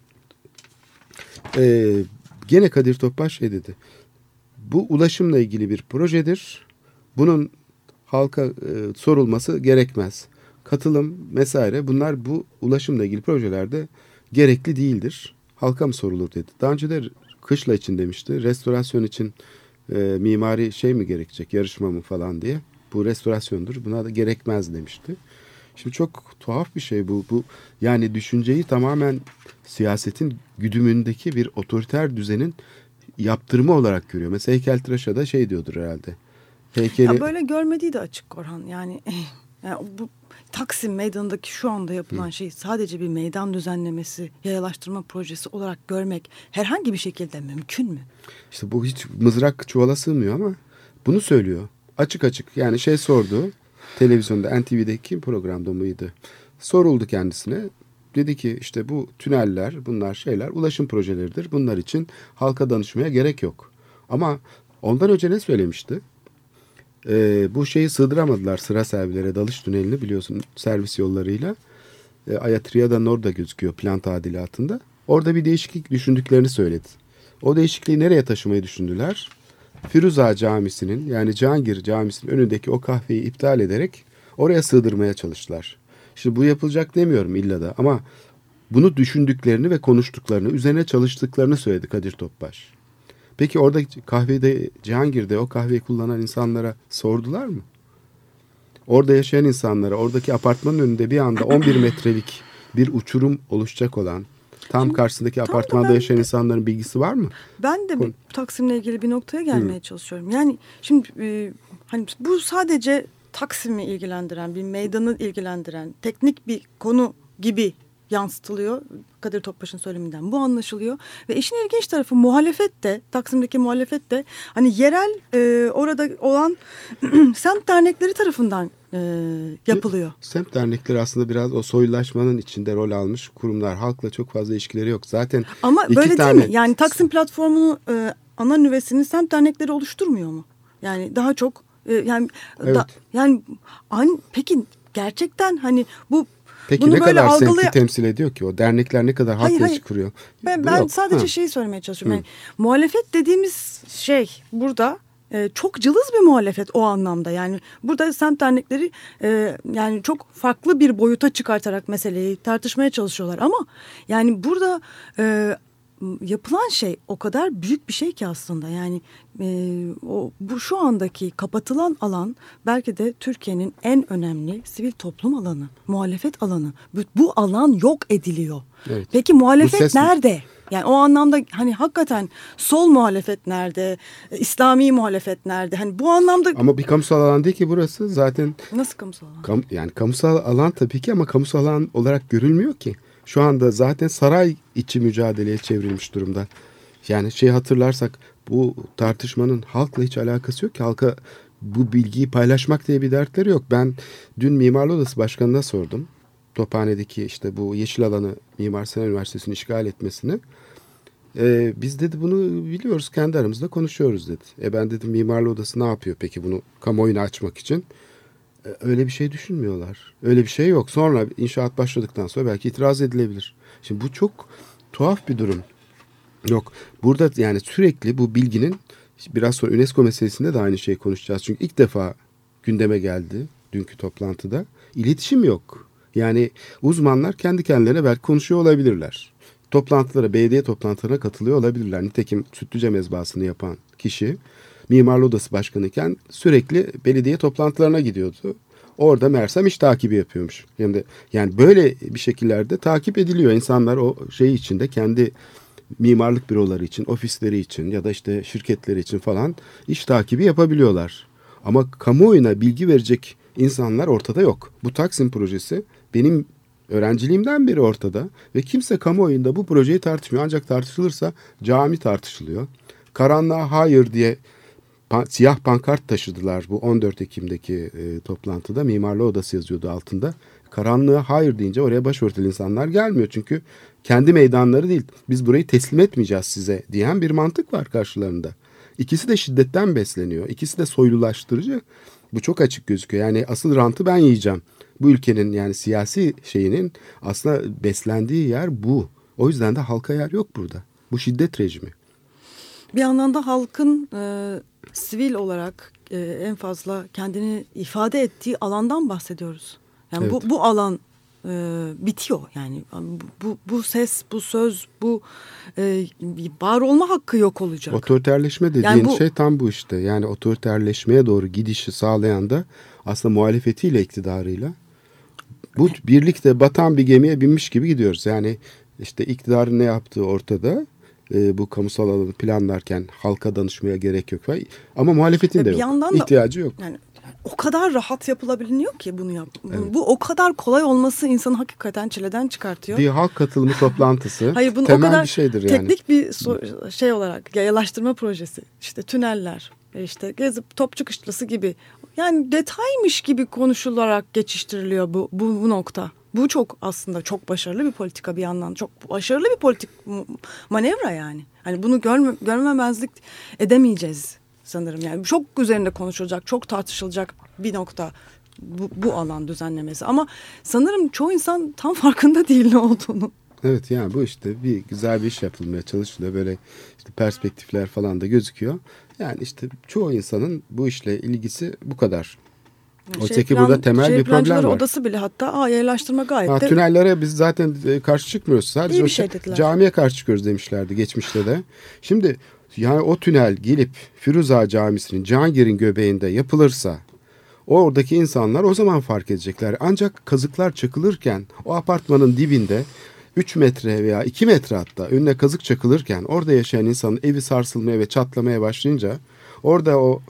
Gene Kadir Topbaş şey dedi. Bu ulaşımla ilgili bir projedir. Bunun halka sorulması gerekmez. Katılım vesaire bunlar bu ulaşımla ilgili projelerde gerekli değildir. Halka mı sorulur dedi. Daha önce de kışla için demişti. Restorasyon için mimari şey mi gerekecek, yarışma mı falan diye. Bu restorasyondur. Buna da gerekmez demişti. Şimdi çok tuhaf bir şey bu. Bu yani düşünceyi tamamen siyasetin güdümündeki bir otoriter düzenin yaptırımı olarak görüyor. Mesela heykeltıraşa da şey diyordur herhalde. Ya böyle görmediği de açık Korhan. Yani bu Taksim Meydanı'ndaki şu anda yapılan şey sadece bir meydan düzenlemesi, yayalaştırma projesi olarak görmek herhangi bir şekilde mümkün mü? İşte bu hiç mızrak çuvala sığmıyor ama bunu söylüyor. Açık yani şey sordu. Televizyonda NTV'deki programda mıydı? Soruldu kendisine. Dedi ki işte bu tüneller bunlar şeyler ulaşım projeleridir. Bunlar için halka danışmaya gerek yok. Ama ondan önce ne söylemişti? Bu şeyi sığdıramadılar sıra servilere dalış tünelini biliyorsun servis yollarıyla. Ayatriya'dan orada gözüküyor plan tadilatında. Orada bir değişiklik düşündüklerini söyledi. O değişikliği nereye taşımayı düşündüler? Firuza Camisi'nin yani Cihangir Camisi'nin önündeki o kahveyi iptal ederek oraya sığdırmaya çalıştılar. Şimdi bu yapılacak demiyorum illa da ama bunu düşündüklerini ve konuştuklarını, üzerine çalıştıklarını söyledi Kadir Topbaş. Peki orada kahvede, Cihangir'de o kahveyi kullanan insanlara sordular mı? Orada yaşayan insanlara, oradaki apartmanın önünde bir anda 11 metrelik bir uçurum oluşacak olan, tam karşısındaki apartmanda yaşayan insanların bilgisi var mı? Ben de Taksim'le ilgili bir noktaya gelmeye çalışıyorum. Yani şimdi hani bu sadece Taksim'i ilgilendiren, bir meydanı ilgilendiren teknik bir konu gibi yansıtılıyor Kadir Topbaş'ın söyleminden. Bu anlaşılıyor ve işin ilginç tarafı muhalefet de, Taksim'deki muhalefet de hani yerel orada olan semt dernekleri tarafından yapılıyor. Semt dernekleri aslında biraz o soylulaşmanın içinde rol almış kurumlar. Halkla çok fazla ilişkileri yok. Zaten ama böyle değil mi? Yani Taksim platformunun ana nüvesini semt dernekleri oluşturmuyor mu? Yani daha çok yani evet. Peki gerçekten hani bu peki bunu ne kadar semti temsil ediyor ki? O dernekler ne kadar halkla ilişki kuruyor? Ben sadece şeyi söylemeye çalışıyorum. Yani, muhalefet dediğimiz şey burada çok cılız bir muhalefet o anlamda. Yani burada semt dernekleri yani çok farklı bir boyuta çıkartarak meseleyi tartışmaya çalışıyorlar. Ama yani burada yapılan şey o kadar büyük bir şey ki aslında. Yani bu şu andaki kapatılan alan belki de Türkiye'nin en önemli sivil toplum alanı, muhalefet alanı. Bu alan yok ediliyor. Evet. Peki muhalefet nerede? Yani o anlamda hani hakikaten sol muhalefet nerede? İslami muhalefet nerede? Hani bu anlamda... Ama bir kamusal alan değil ki burası zaten. Nasıl kamusal alan? Yani kamusal alan tabii ki ama kamusal alan olarak görülmüyor ki. Şu anda zaten saray içi mücadeleye çevrilmiş durumda. Yani hatırlarsak bu tartışmanın halkla hiç alakası yok ki. Halka bu bilgiyi paylaşmak diye bir dertleri yok. Ben dün Mimarlar Odası Başkanı'na sordum. Tophane'deki işte bu yeşil alanı Mimar Sinan Üniversitesi'nin işgal etmesini. Biz dedi bunu biliyoruz kendi aramızda konuşuyoruz dedi. Ben dedim Mimarlar Odası ne yapıyor peki bunu kamuoyuna açmak için? Öyle bir şey düşünmüyorlar. Öyle bir şey yok. Sonra inşaat başladıktan sonra belki itiraz edilebilir. Şimdi bu çok tuhaf bir durum. Yok. Burada yani sürekli bu bilginin biraz sonra UNESCO meselesinde de aynı şeyi konuşacağız. Çünkü ilk defa gündeme geldi dünkü toplantıda. İletişim yok. Yani uzmanlar kendi kendilerine belki konuşuyor olabilirler. Toplantılara, belediye toplantılarına katılıyor olabilirler. Nitekim Sütlüce mezbahasını yapan kişi Mimarlar Odası Başkanı'yken sürekli belediye toplantılarına gidiyordu. Orada meğersem iş takibi yapıyormuş. Hem de yani böyle bir şekillerde takip ediliyor. İnsanlar o şey içinde kendi mimarlık büroları için, ofisleri için ya da işte şirketleri için falan iş takibi yapabiliyorlar. Ama kamuoyuna bilgi verecek insanlar ortada yok. Bu Taksim projesi benim öğrenciliğimden beri ortada ve kimse kamuoyunda bu projeyi tartışmıyor. Ancak tartışılırsa cami tartışılıyor. karanlığa hayır diye siyah pankart taşıdılar bu 14 Ekim'deki toplantıda. Mimarlar Odası yazıyordu altında. Karanlığa hayır deyince oraya başörtülü insanlar gelmiyor. Çünkü kendi meydanları değil. Biz burayı teslim etmeyeceğiz size diyen bir mantık var karşılarında. İkisi de şiddetten besleniyor. İkisi de soylulaştırıcı. Bu çok açık gözüküyor. Yani asıl rantı ben yiyeceğim. Bu ülkenin yani siyasi şeyinin aslında beslendiği yer bu. O yüzden de halka yer yok burada. Bu şiddet rejimi. Bir yandan da halkın sivil olarak en fazla kendini ifade ettiği alandan bahsediyoruz. Yani evet. bu alan bitiyor. Yani bu ses, bu söz, bu var olma hakkı yok olacak. Otoriterleşme dediğin yani şey tam bu işte. Yani otoriterleşmeye doğru gidişi sağlayan da aslında muhalefetiyle, iktidarıyla. Bu birlikte batan bir gemiye binmiş gibi gidiyoruz. Yani işte iktidarın ne yaptığı ortada. Bu kamusal alanı planlarken halka danışmaya gerek yok. Ama muhalefetin de yok. İhtiyacı yok. Yani o kadar rahat yapılabiliyor ki bunu yap. Evet. Bu o kadar kolay olması insanı hakikaten çileden çıkartıyor. Bir halk katılımı toplantısı. Hayır, bunu temel o kadar bir şeydir yani. Teknik bir şey olarak yayalaştırma projesi, işte tüneller, işte gezi top çıkışlısı gibi. Yani detaymış gibi konuşularak geçiştiriliyor bu nokta. Bu çok aslında çok başarılı bir politika bir yandan. Çok başarılı bir politik manevra yani. Hani bunu görmemezlik edemeyeceğiz sanırım. Yani çok üzerinde konuşulacak, çok tartışılacak bir nokta bu alan düzenlemesi. Ama sanırım çoğu insan tam farkında değil ne olduğunu. Evet, yani bu işte bir güzel bir iş yapılmaya çalışılıyor. Böyle işte perspektifler falan da gözüküyor. Yani işte çoğu insanın bu işle ilgisi bu kadar. Oysa burada temel bir problem var. Odası bile hatta yerleştirme gayet de... Tünellere biz zaten karşı çıkmıyoruz. Sadece camiye karşı çıkıyoruz demişlerdi geçmişte de. Şimdi yani o tünel gelip Firuza Camisi'nin Cihangir'in göbeğinde yapılırsa oradaki insanlar o zaman fark edecekler. Ancak kazıklar çakılırken o apartmanın dibinde 3 metre veya 2 metre hatta önüne kazık çakılırken orada yaşayan insanın evi sarsılmaya ve çatlamaya başlayınca orada o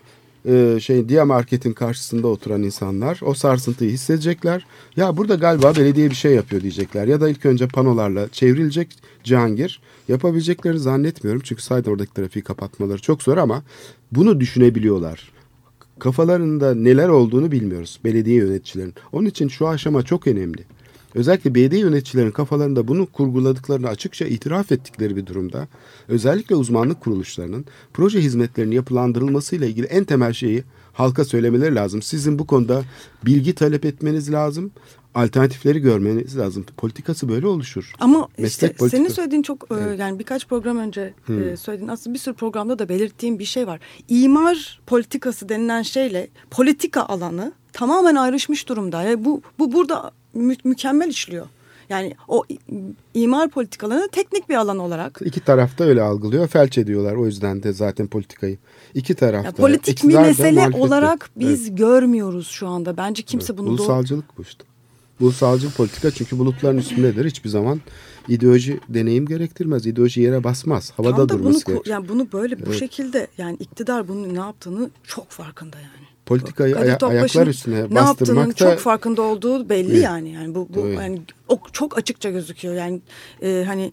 Dia Market'in karşısında oturan insanlar o sarsıntıyı hissedecekler. Ya burada galiba belediye bir şey yapıyor diyecekler. Ya da ilk önce panolarla çevrilecek Cihangir. Yapabileceklerini zannetmiyorum. Çünkü sadece oradaki trafiği kapatmaları çok zor ama bunu düşünebiliyorlar. Kafalarında neler olduğunu bilmiyoruz belediye yöneticilerin. Onun için şu aşama çok önemli. Özellikle belediye yöneticilerin kafalarında bunu kurguladıklarını açıkça itiraf ettikleri bir durumda özellikle uzmanlık kuruluşlarının proje hizmetlerinin yapılandırılmasıyla ilgili en temel şeyi halka söylemeleri lazım. Sizin bu konuda bilgi talep etmeniz lazım. Alternatifleri görmeniz lazım. Politikası böyle oluşur. Ama işte senin söylediğin çok yani birkaç program önce söylediğin aslında bir sürü programda da belirttiğim bir şey var. İmar politikası denilen şeyle politika alanı tamamen ayrışmış durumda. Yani bu burada mükemmel işliyor. Yani o imar politikalarını teknik bir alan olarak. İki tarafta öyle algılıyor. Felç ediyorlar. O yüzden de zaten politikayı. İki tarafta. Ya politik bir mesele olarak biz görmüyoruz şu anda. Bence kimse bunu... Ulusalcılık bu işte. Ulusalcı politika çünkü bulutların üstündedir. Hiçbir zaman ideoloji deneyim gerektirmez. İdeoloji yere basmaz. Havada durması gerekir. Yani bunu böyle bu şekilde yani iktidar bunun ne yaptığını çok farkında yani. Politikayı ayaklar üstüne bastırmakta... Ne yaptığının çok farkında olduğu belli yani. Yani bu yani çok açıkça gözüküyor. Yani hani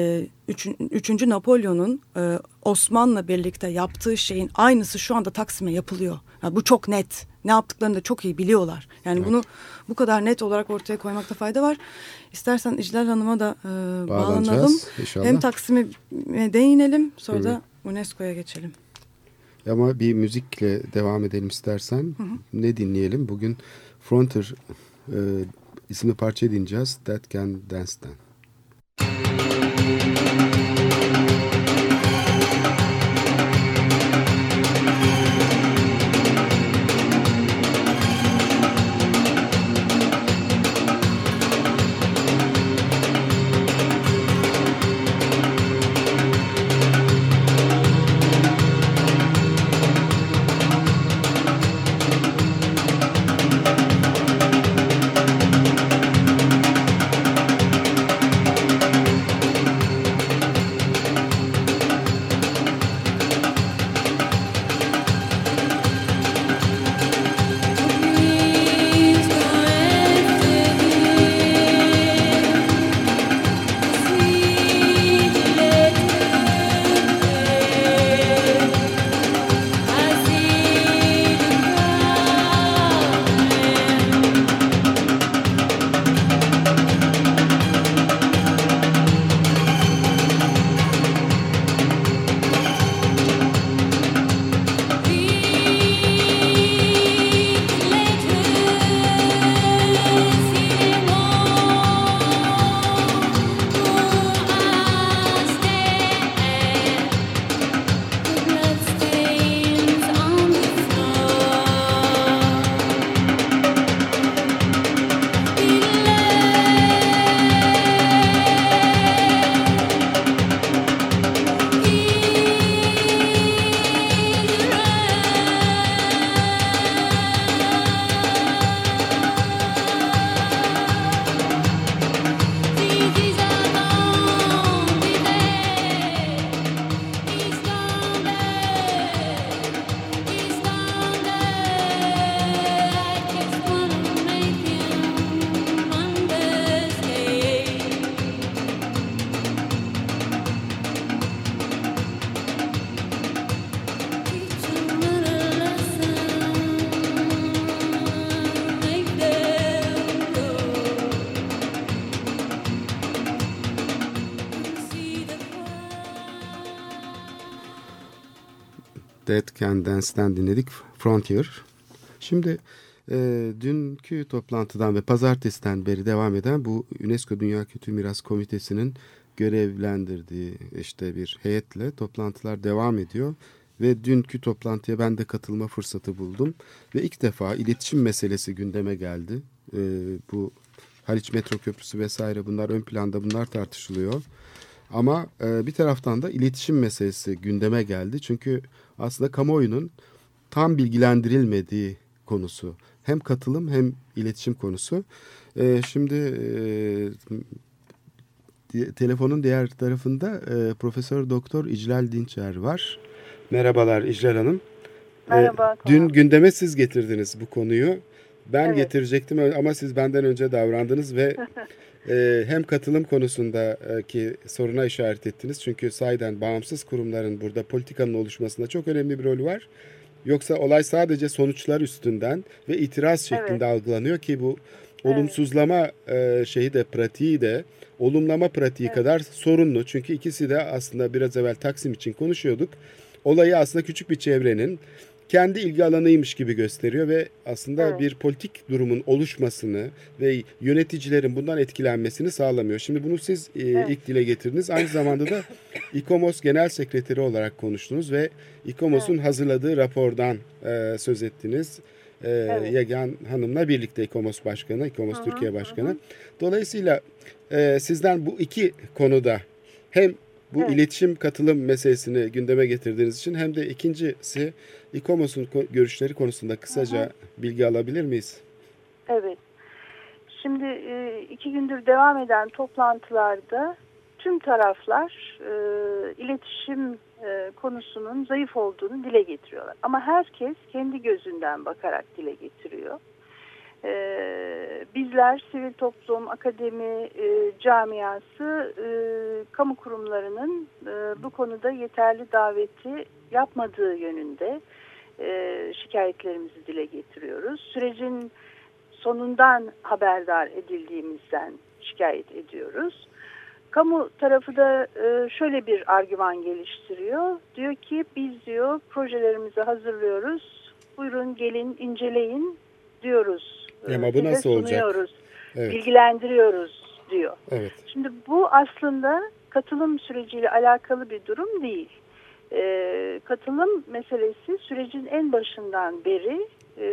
3. Napolyon'un Osman'la birlikte yaptığı şeyin aynısı şu anda Taksim'e yapılıyor. Yani bu çok net. Ne yaptıklarını da çok iyi biliyorlar. Yani bunu bu kadar net olarak ortaya koymakta fayda var. İstersen İclal Hanım'a da bağlanalım. İnşallah. Hem Taksim'e değinelim sonra da UNESCO'ya geçelim. Ama bir müzikle devam edelim istersen. Ne dinleyelim? Bugün Frontier isimli parçayı dinleyeceğiz. That Can Dance'den. Dead Can Dance'den dinledik Frontier. Şimdi dünkü toplantıdan ve pazartesiden beri devam eden bu UNESCO Dünya Kültür Miras Komitesi'nin görevlendirdiği işte bir heyetle toplantılar devam ediyor. Ve dünkü toplantıya ben de katılma fırsatı buldum. Ve ilk defa iletişim meselesi gündeme geldi. Bu Haliç Metro Köprüsü vesaire bunlar ön planda, bunlar tartışılıyor. Ama bir taraftan da iletişim meselesi gündeme geldi. Çünkü aslında kamuoyunun tam bilgilendirilmediği konusu. Hem katılım hem iletişim konusu. Şimdi telefonun diğer tarafında Profesör Doktor İclal Dinçer var. Merhabalar İclal Hanım. Merhaba. Dün gündeme siz getirdiniz bu konuyu. Ben Evet. getirecektim ama siz benden önce davrandınız ve hem katılım konusundaki soruna işaret ettiniz. Çünkü sahiden bağımsız kurumların burada politikanın oluşmasında çok önemli bir rolü var. Yoksa olay sadece sonuçlar üstünden ve itiraz şeklinde algılanıyor ki bu olumsuzlama şeyi de pratiği de olumlama pratiği kadar sorunlu. Çünkü ikisi de aslında biraz evvel Taksim için konuşuyorduk. Olayı aslında küçük bir çevrenin kendi ilgi alanıymış gibi gösteriyor ve aslında bir politik durumun oluşmasını ve yöneticilerin bundan etkilenmesini sağlamıyor. Şimdi bunu siz ilk dile getirdiniz. Aynı zamanda da İKOMOS Genel Sekreteri olarak konuştunuz ve İKOMOS'un hazırladığı rapordan söz ettiniz. Yegân Hanım'la birlikte İKOMOS Başkanı, İKOMOS Türkiye Başkanı. Dolayısıyla sizden bu iki konuda hem bu iletişim katılım meselesini gündeme getirdiğiniz için hem de ikincisi İKOMOS'un görüşleri konusunda kısaca bilgi alabilir miyiz? Evet. Şimdi 2 gündür devam eden toplantılarda tüm taraflar iletişim konusunun zayıf olduğunu dile getiriyorlar. Ama herkes kendi gözünden bakarak dile getiriyor. Bizler sivil toplum, akademi, camiası, kamu kurumlarının bu konuda yeterli daveti yapmadığı yönünde şikayetlerimizi dile getiriyoruz. Sürecin sonundan haberdar edildiğimizden şikayet ediyoruz. Kamu tarafı da şöyle bir argüman geliştiriyor. Diyor ki biz diyor projelerimizi hazırlıyoruz. Buyurun gelin inceleyin diyoruz. Ama bu nasıl olacak? Evet. Bilgilendiriyoruz diyor. Evet. Şimdi bu aslında katılım süreciyle alakalı bir durum değil. Katılım meselesi sürecin en başından beri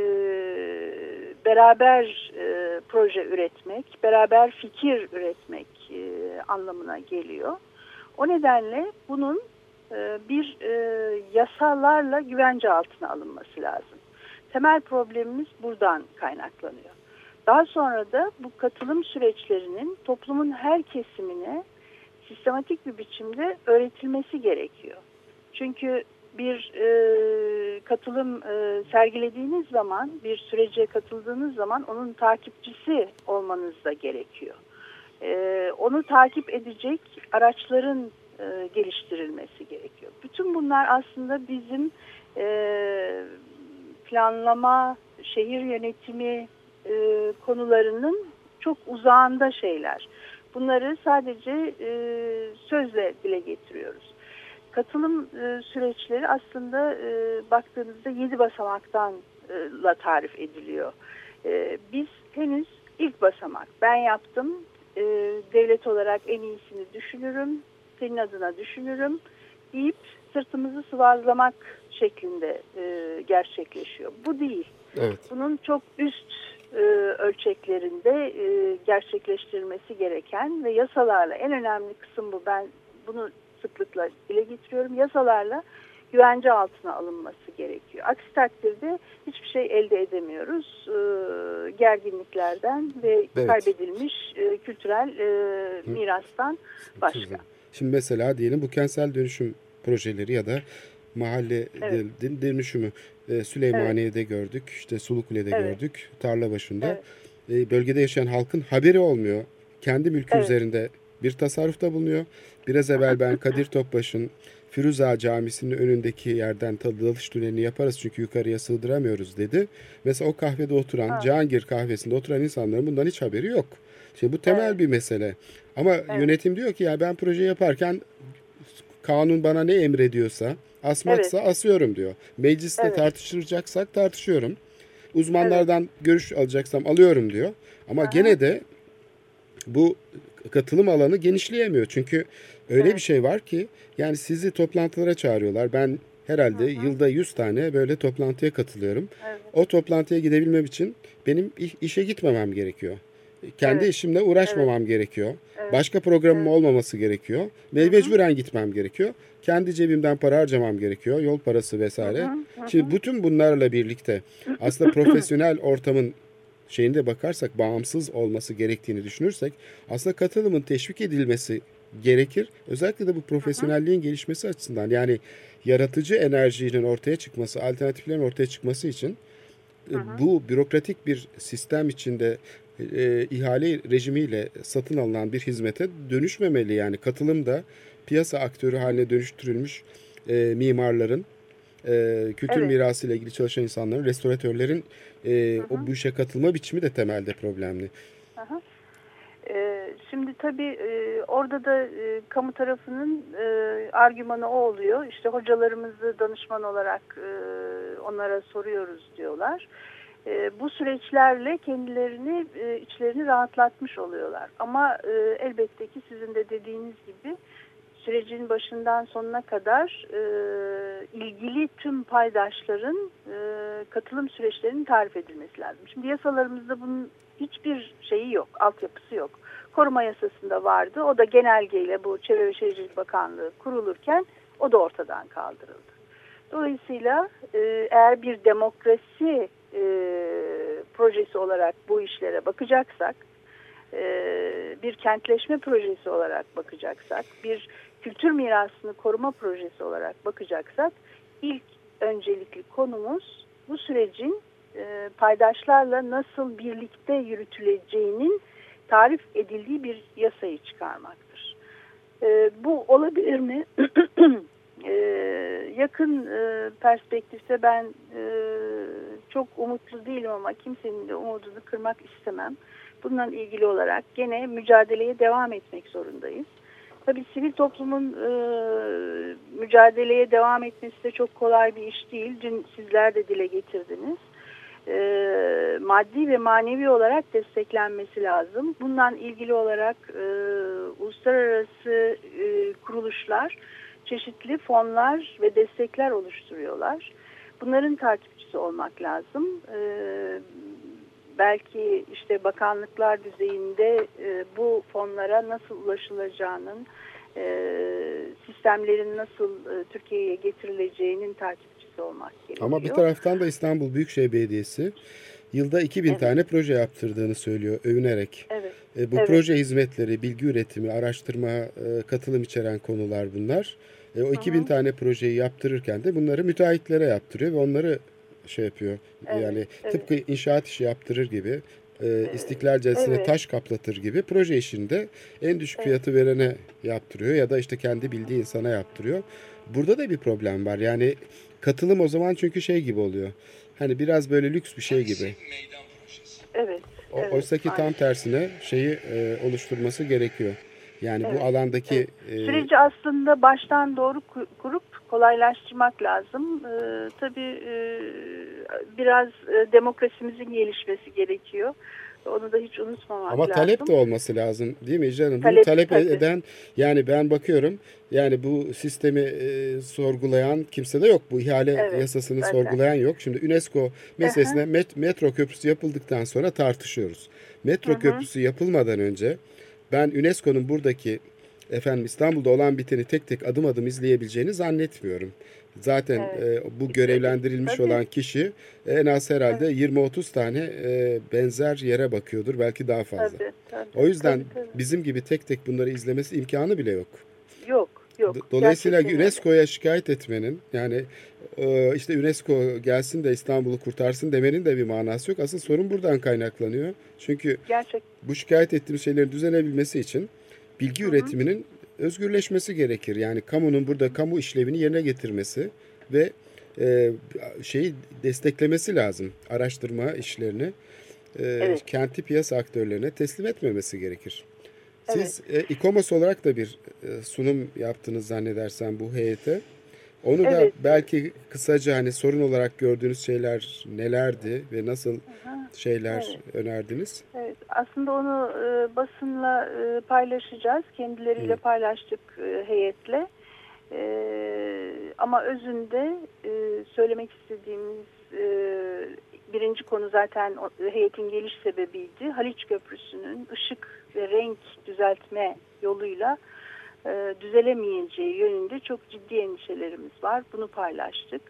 beraber proje üretmek, beraber fikir üretmek anlamına geliyor. O nedenle bunun bir yasalarla güvence altına alınması lazım. Temel problemimiz buradan kaynaklanıyor. Daha sonra da bu katılım süreçlerinin toplumun her kesimine sistematik bir biçimde öğretilmesi gerekiyor. Çünkü bir katılım sergilediğiniz zaman, bir sürece katıldığınız zaman onun takipçisi olmanız da gerekiyor. Onu takip edecek araçların geliştirilmesi gerekiyor. Bütün bunlar aslında bizim planlama, şehir yönetimi konularının çok uzağında şeyler. Bunları sadece sözle dile getiriyoruz. Katılım süreçleri aslında baktığınızda 7 basamaktan tarif ediliyor. Biz henüz ilk basamak. Ben yaptım. Devlet olarak en iyisini düşünürüm. Senin adına düşünürüm deyip sırtımızı sıvazlamak şeklinde gerçekleşiyor. Bu değil. Evet. Bunun çok üst ölçeklerinde gerçekleştirilmesi gereken ve yasalarla en önemli kısım bu. Ben bunu sıklıkla dile getiriyorum. Yasalarla güvence altına alınması gerekiyor. Aksi takdirde hiçbir şey elde edemiyoruz. Gerginliklerden ve kaybedilmiş kültürel mirastan başka. Şimdi mesela diyelim bu kentsel dönüşüm projeleri ya da mahalle dönüşümü Süleymaniye'de gördük, işte Sulukule'de gördük, Tarlabaşı'nda. Bölgede yaşayan halkın haberi olmuyor. Kendi mülkü üzerinde bir tasarrufta bulunuyor. Biraz evvel ben Kadir Topbaş'ın Firuza Camisi'nin önündeki yerden dalış tünelini yaparız çünkü yukarıya sığdıramıyoruz dedi. Mesela o kahvede oturan, Cihangir kahvesinde oturan insanların bundan hiç haberi yok. Şimdi bu temel bir mesele. Ama yönetim diyor ki ya ben proje yaparken kanun bana ne emrediyorsa, asmaksa asıyorum diyor. Mecliste tartışılacaksak tartışıyorum. Uzmanlardan görüş alacaksam alıyorum diyor. Ama gene de bu katılım alanı genişleyemiyor. Çünkü öyle bir şey var ki yani sizi toplantılara çağırıyorlar. Ben herhalde yılda 100 tane böyle toplantıya katılıyorum. O toplantıya gidebilmem için benim işe gitmemem gerekiyor. Kendi işimle uğraşmamam gerekiyor. Başka programım olmaması gerekiyor. Mecburen gitmem gerekiyor. Kendi cebimden para harcamam gerekiyor. Yol parası vesaire. Şimdi bütün bunlarla birlikte aslında profesyonel ortamın şeyinde bakarsak, bağımsız olması gerektiğini düşünürsek aslında katılımın teşvik edilmesi gerekir. Özellikle de bu profesyonelliğin gelişmesi açısından, yani yaratıcı enerjinin ortaya çıkması, alternatiflerin ortaya çıkması için bu bürokratik bir sistem içinde ihale rejimiyle satın alınan bir hizmete dönüşmemeli. Yani katılım da piyasa aktörü haline dönüştürülmüş mimarların, kültür mirası ile ilgili çalışan insanların, restoratörlerin bu işe katılma biçimi de temelde problemli. Şimdi tabii orada da kamu tarafının argümanı o oluyor. İşte hocalarımızı danışman olarak onlara soruyoruz diyorlar. Bu süreçlerle kendilerini, içlerini rahatlatmış oluyorlar. Ama elbette ki sizin de dediğiniz gibi sürecin başından sonuna kadar ilgili tüm paydaşların katılım süreçlerinin tarif edilmesi lazım. Şimdi yasalarımızda bunun hiçbir şeyi yok, altyapısı yok. Koruma yasasında vardı. O da genelgeyle bu Çevre ve Şehircilik Bakanlığı kurulurken o da ortadan kaldırıldı. Dolayısıyla eğer bir demokrasi projesi olarak bu işlere bakacaksak, bir kentleşme projesi olarak bakacaksak, bir kültür mirasını koruma projesi olarak bakacaksak, ilk öncelikli konumuz bu sürecin paydaşlarla nasıl birlikte yürütüleceğinin tarif edildiği bir yasayı çıkarmaktır. Bu olabilir mi? Yakın perspektifte ben çok umutlu değilim ama kimsenin de umudunu kırmak istemem. Bununla ilgili olarak gene mücadeleye devam etmek zorundayız. Tabii sivil toplumun mücadeleye devam etmesi de çok kolay bir iş değil. Dün sizler de dile getirdiniz. Maddi ve manevi olarak desteklenmesi lazım. Bununla ilgili olarak uluslararası kuruluşlar çeşitli fonlar ve destekler oluşturuyorlar. Bunların takipçisi olmak lazım. Belki işte bakanlıklar düzeyinde bu fonlara nasıl ulaşılacağının, sistemlerin nasıl Türkiye'ye getirileceğinin takipçisi olmak gerekiyor. Ama bir taraftan da İstanbul Büyükşehir Belediyesi yılda 2000 tane proje yaptırdığını söylüyor övünerek. Bu proje hizmetleri, bilgi üretimi, araştırma, katılım içeren konular bunlar. O 2000 tane projeyi yaptırırken de bunları müteahhitlere yaptırıyor ve onları şey yapıyor. Yani tıpkı inşaat işi yaptırır gibi, İstiklal Caddesi'ne taş kaplatır gibi proje işinde en düşük fiyatı verene yaptırıyor ya da işte kendi bildiği insana yaptırıyor. Burada da bir problem var. Yani katılım o zaman çünkü şey gibi oluyor. Hani biraz böyle lüks bir şey gibi. Oysa ki tam tersine şeyi oluşturması gerekiyor. Yani bu alandaki... Süreci aslında baştan doğru kurup kolaylaştırmak lazım. Tabii biraz demokrasimizin gelişmesi gerekiyor. Onu da hiç unutmamak lazım. Ama talep de olması lazım değil mi canım? Bunu talep eden, yani ben bakıyorum, yani bu sistemi sorgulayan kimse de yok. Bu ihale yasasını sorgulayan yok. Şimdi UNESCO meselesine metro köprüsü yapıldıktan sonra tartışıyoruz. Metro köprüsü yapılmadan önce ben UNESCO'nun buradaki İstanbul'da olan biteni tek tek adım adım izleyebileceğini zannetmiyorum. Zaten bu görevlendirilmiş olan kişi en az herhalde 20-30 tane benzer yere bakıyordur. Belki daha fazla. O yüzden bizim gibi tek tek bunları izlemesi imkanı bile yok. Yok. Dolayısıyla UNESCO'ya şikayet etmenin, yani işte UNESCO gelsin de İstanbul'u kurtarsın demenin de bir manası yok. Asıl sorun buradan kaynaklanıyor. Çünkü bu şikayet ettiğimiz şeylerin düzelebilmesi için bilgi üretiminin özgürleşmesi gerekir. Yani kamunun burada kamu işlevini yerine getirmesi ve şeyi desteklemesi lazım. Araştırma işlerini kenti piyasa aktörlerine teslim etmemesi gerekir. Siz İKOMOS olarak da bir sunum yaptınız zannedersem bu heyete. Onu da Evet. belki kısaca hani sorun olarak gördüğünüz şeyler nelerdi ve nasıl şeyler önerdiniz? Evet, aslında onu basınla paylaşacağız. Kendileriyle paylaştık heyetle. Ama özünde söylemek istediğimiz birinci konu zaten heyetin geliş sebebiydi. Haliç Köprüsü'nün ışık ve renk düzeltme yoluyla düzelemeyeceği yönünde çok ciddi endişelerimiz var. Bunu paylaştık.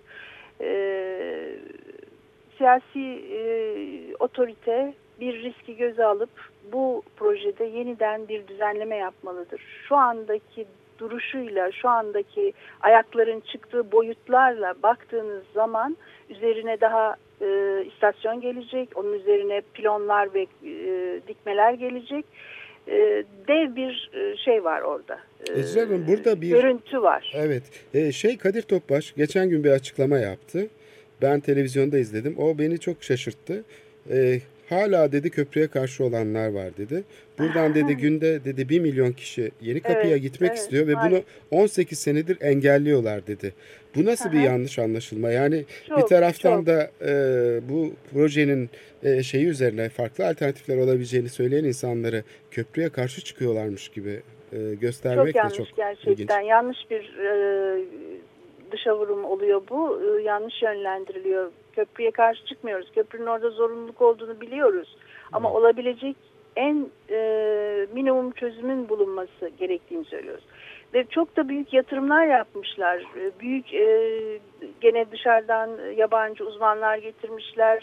Siyasi otorite bir riski göze alıp bu projede yeniden bir düzenleme yapmalıdır. Şu andaki duruşuyla, şu andaki ayakların çıktığı boyutlarla baktığınız zaman üzerine daha istasyon gelecek, onun üzerine pilonlar ve dikmeler gelecek. Dev bir şey var orada. Ecra Hanım, burada bir görüntü var. Evet. Kadir Topbaş geçen gün bir açıklama yaptı. Ben televizyonda izledim. O beni çok şaşırttı. Hala dedi köprüye karşı olanlar var dedi. Buradan dedi günde dedi 1 milyon kişi Yenikapı'ya gitmek istiyor ve bunu 18 senedir engelliyorlar dedi. Bu nasıl bir yanlış anlaşılma? Yani bir taraftan da bu projenin şeyi üzerine farklı alternatifler olabileceğini söyleyen insanları köprüye karşı çıkıyorlarmış gibi göstermek de çok gerçekten ilginç. yanlış bir dışa vurum oluyor bu. Yanlış yönlendiriliyor. Köprüye karşı çıkmıyoruz. Köprünün orada zorunluluk olduğunu biliyoruz. Ama olabilecek en minimum çözümün bulunması gerektiğini söylüyoruz. Ve çok da büyük yatırımlar yapmışlar. Büyük gene dışarıdan yabancı uzmanlar getirmişler.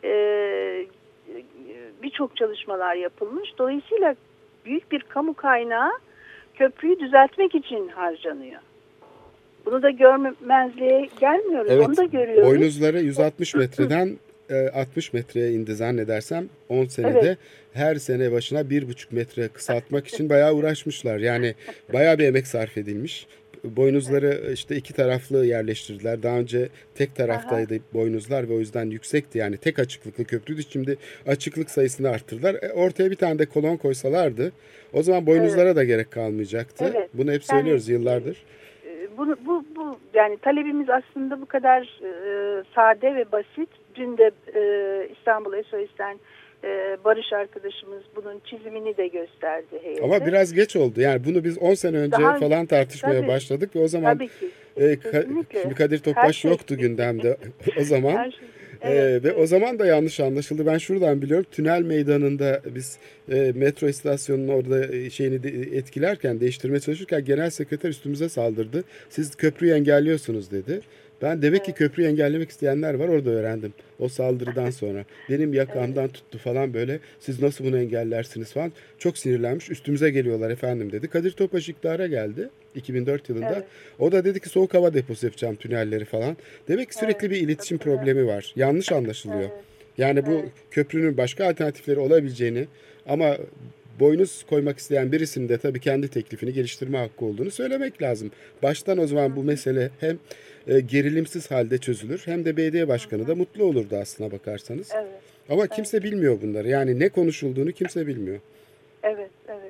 Birçok çalışmalar yapılmış. Dolayısıyla büyük bir kamu kaynağı köprüyü düzeltmek için harcanıyor. Bunu da görmezliğe gelmiyoruz. Evet, onu da görüyoruz. Boynuzları 160 metreden 60 metreye indi zannedersem 10 senede. Her sene başına 1,5 metre kısaltmak için bayağı uğraşmışlar. Yani bayağı bir emek sarf edilmiş. Boynuzları işte iki taraflı yerleştirdiler. Daha önce tek taraftaydı boynuzlar ve o yüzden yüksekti. Yani tek açıklıklı köprüydü. Şimdi açıklık sayısını arttırdılar. Ortaya bir tane de kolon koysalardı o zaman boynuzlara da gerek kalmayacaktı. Bunu hep söylüyoruz yıllardır. Bu yani talebimiz aslında bu kadar sade ve basit. Dün de İstanbul SOS'ten Barış arkadaşımız bunun çizimini de gösterdi heyete. Ama biraz geç oldu. Yani bunu biz 10 sene önce falan tartışmaya başladık ve o zaman şimdi Kadir Topbaş yoktu gündemde o zaman. Ve o zaman da yanlış anlaşıldı. Ben şuradan biliyorum. Tünel meydanında biz metro istasyonunun orada şeyini etkilerken, değiştirmeye çalışırken genel sekreter üstümüze saldırdı. Siz köprüyü engelliyorsunuz dedi. Ben demek ki köprüyü engellemek isteyenler var, orada öğrendim. O saldırıdan sonra. Benim yakamdan tuttu falan böyle. Siz nasıl bunu engellersiniz falan. Çok sinirlenmiş. Üstümüze geliyorlar efendim dedi. Kadir Topbaş iktidara geldi 2004 yılında. O da dedi ki soğuk hava deposu yapacağım tünelleri falan. Demek ki sürekli bir iletişim problemi var. Yanlış anlaşılıyor. Yani bu köprünün başka alternatifleri olabileceğini ama boynuz koymak isteyen birisinin de tabii kendi teklifini geliştirme hakkı olduğunu söylemek lazım. Baştan o zaman bu mesele hem gerilimsiz halde çözülür hem de belediye başkanı da mutlu olurdu aslına bakarsanız. Ama kimse bilmiyor bunları. Yani ne konuşulduğunu kimse bilmiyor. Evet.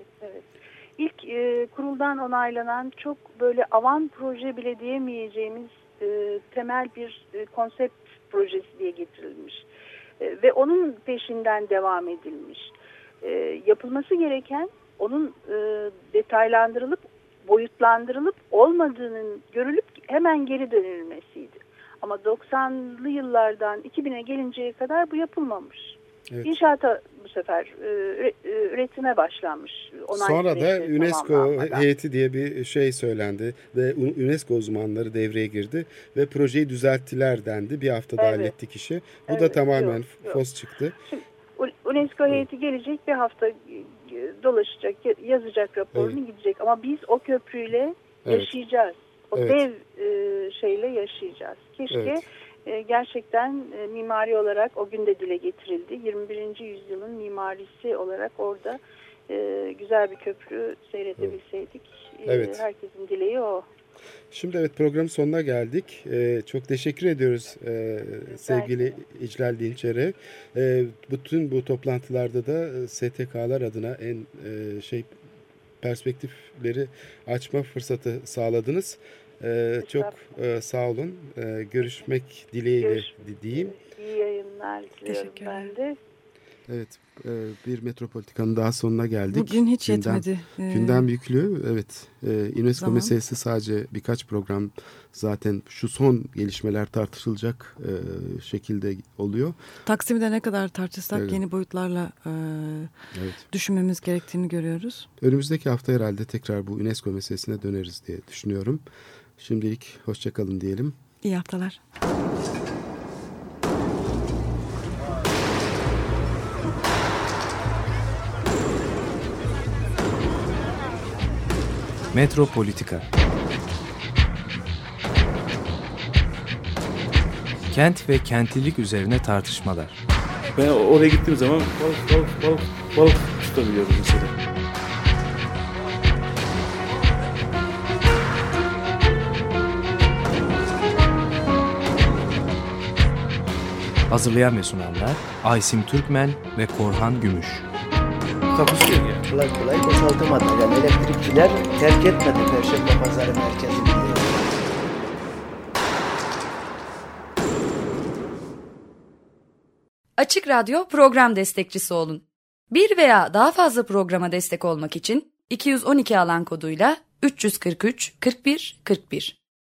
İlk kuruldan onaylanan çok böyle avan proje bile diyemeyeceğimiz temel bir konsept projesi diye getirilmiş. Ve onun peşinden devam edilmiş. Yapılması gereken onun detaylandırılıp boyutlandırılıp olmadığının görülüp hemen geri dönülmesiydi. Ama 90'lı yıllardan 2000'e gelinceye kadar bu yapılmamış. İnşaata bu sefer üretime başlanmış. Sonra da UNESCO heyeti diye bir şey söylendi ve UNESCO uzmanları devreye girdi ve projeyi düzelttiler dendi. Bir haftada hallettik işi. Bu da tamamen fos çıktı. Şimdi, UNESCO heyeti gelecek, bir hafta dolaşacak, yazacak raporunu gidecek. Ama biz o köprüyle yaşayacağız. O dev şeyle yaşayacağız. Keşke gerçekten mimari olarak o gün de dile getirildi. 21. yüzyılın mimarisi olarak orada güzel bir köprü seyredebilseydik. Herkesin dileği o. Şimdi programın sonuna geldik. Çok teşekkür ediyoruz sevgili İclal Dinçer'e. Bütün bu toplantılarda da STK'lar adına en perspektifleri açma fırsatı sağladınız. Çok sağ olun. Görüşmek dileğiyle diyeyim. İyi yayınlar diliyorum ben de. Evet, bir Metropolitika'nın daha sonuna geldik. Bugün hiç yetmedi. Gündem yüklü, evet. UNESCO meselesi sadece birkaç program, zaten şu son gelişmeler tartışılacak şekilde oluyor. Taksim'de ne kadar tartışsak yeni boyutlarla düşünmemiz gerektiğini görüyoruz. Önümüzdeki hafta herhalde tekrar bu UNESCO meselesine döneriz diye düşünüyorum. Şimdilik hoşçakalın diyelim. İyi haftalar. Metropolitika. Kent ve kentlilik üzerine tartışmalar. Ben oraya gittiğim zaman balık tutabiliyorum mesela. Hazırlayan ve sunanlar Aysim Türkmen ve Korhan Gümüş. Takusuyor yani. Kolay kolay boşaltamadı. Yani elektrikçiler terk etmedi Perşembe Pazarı merkezini. Açık Radyo program destekçisi olun. Bir veya daha fazla programa destek olmak için 212 alan koduyla 343 41 41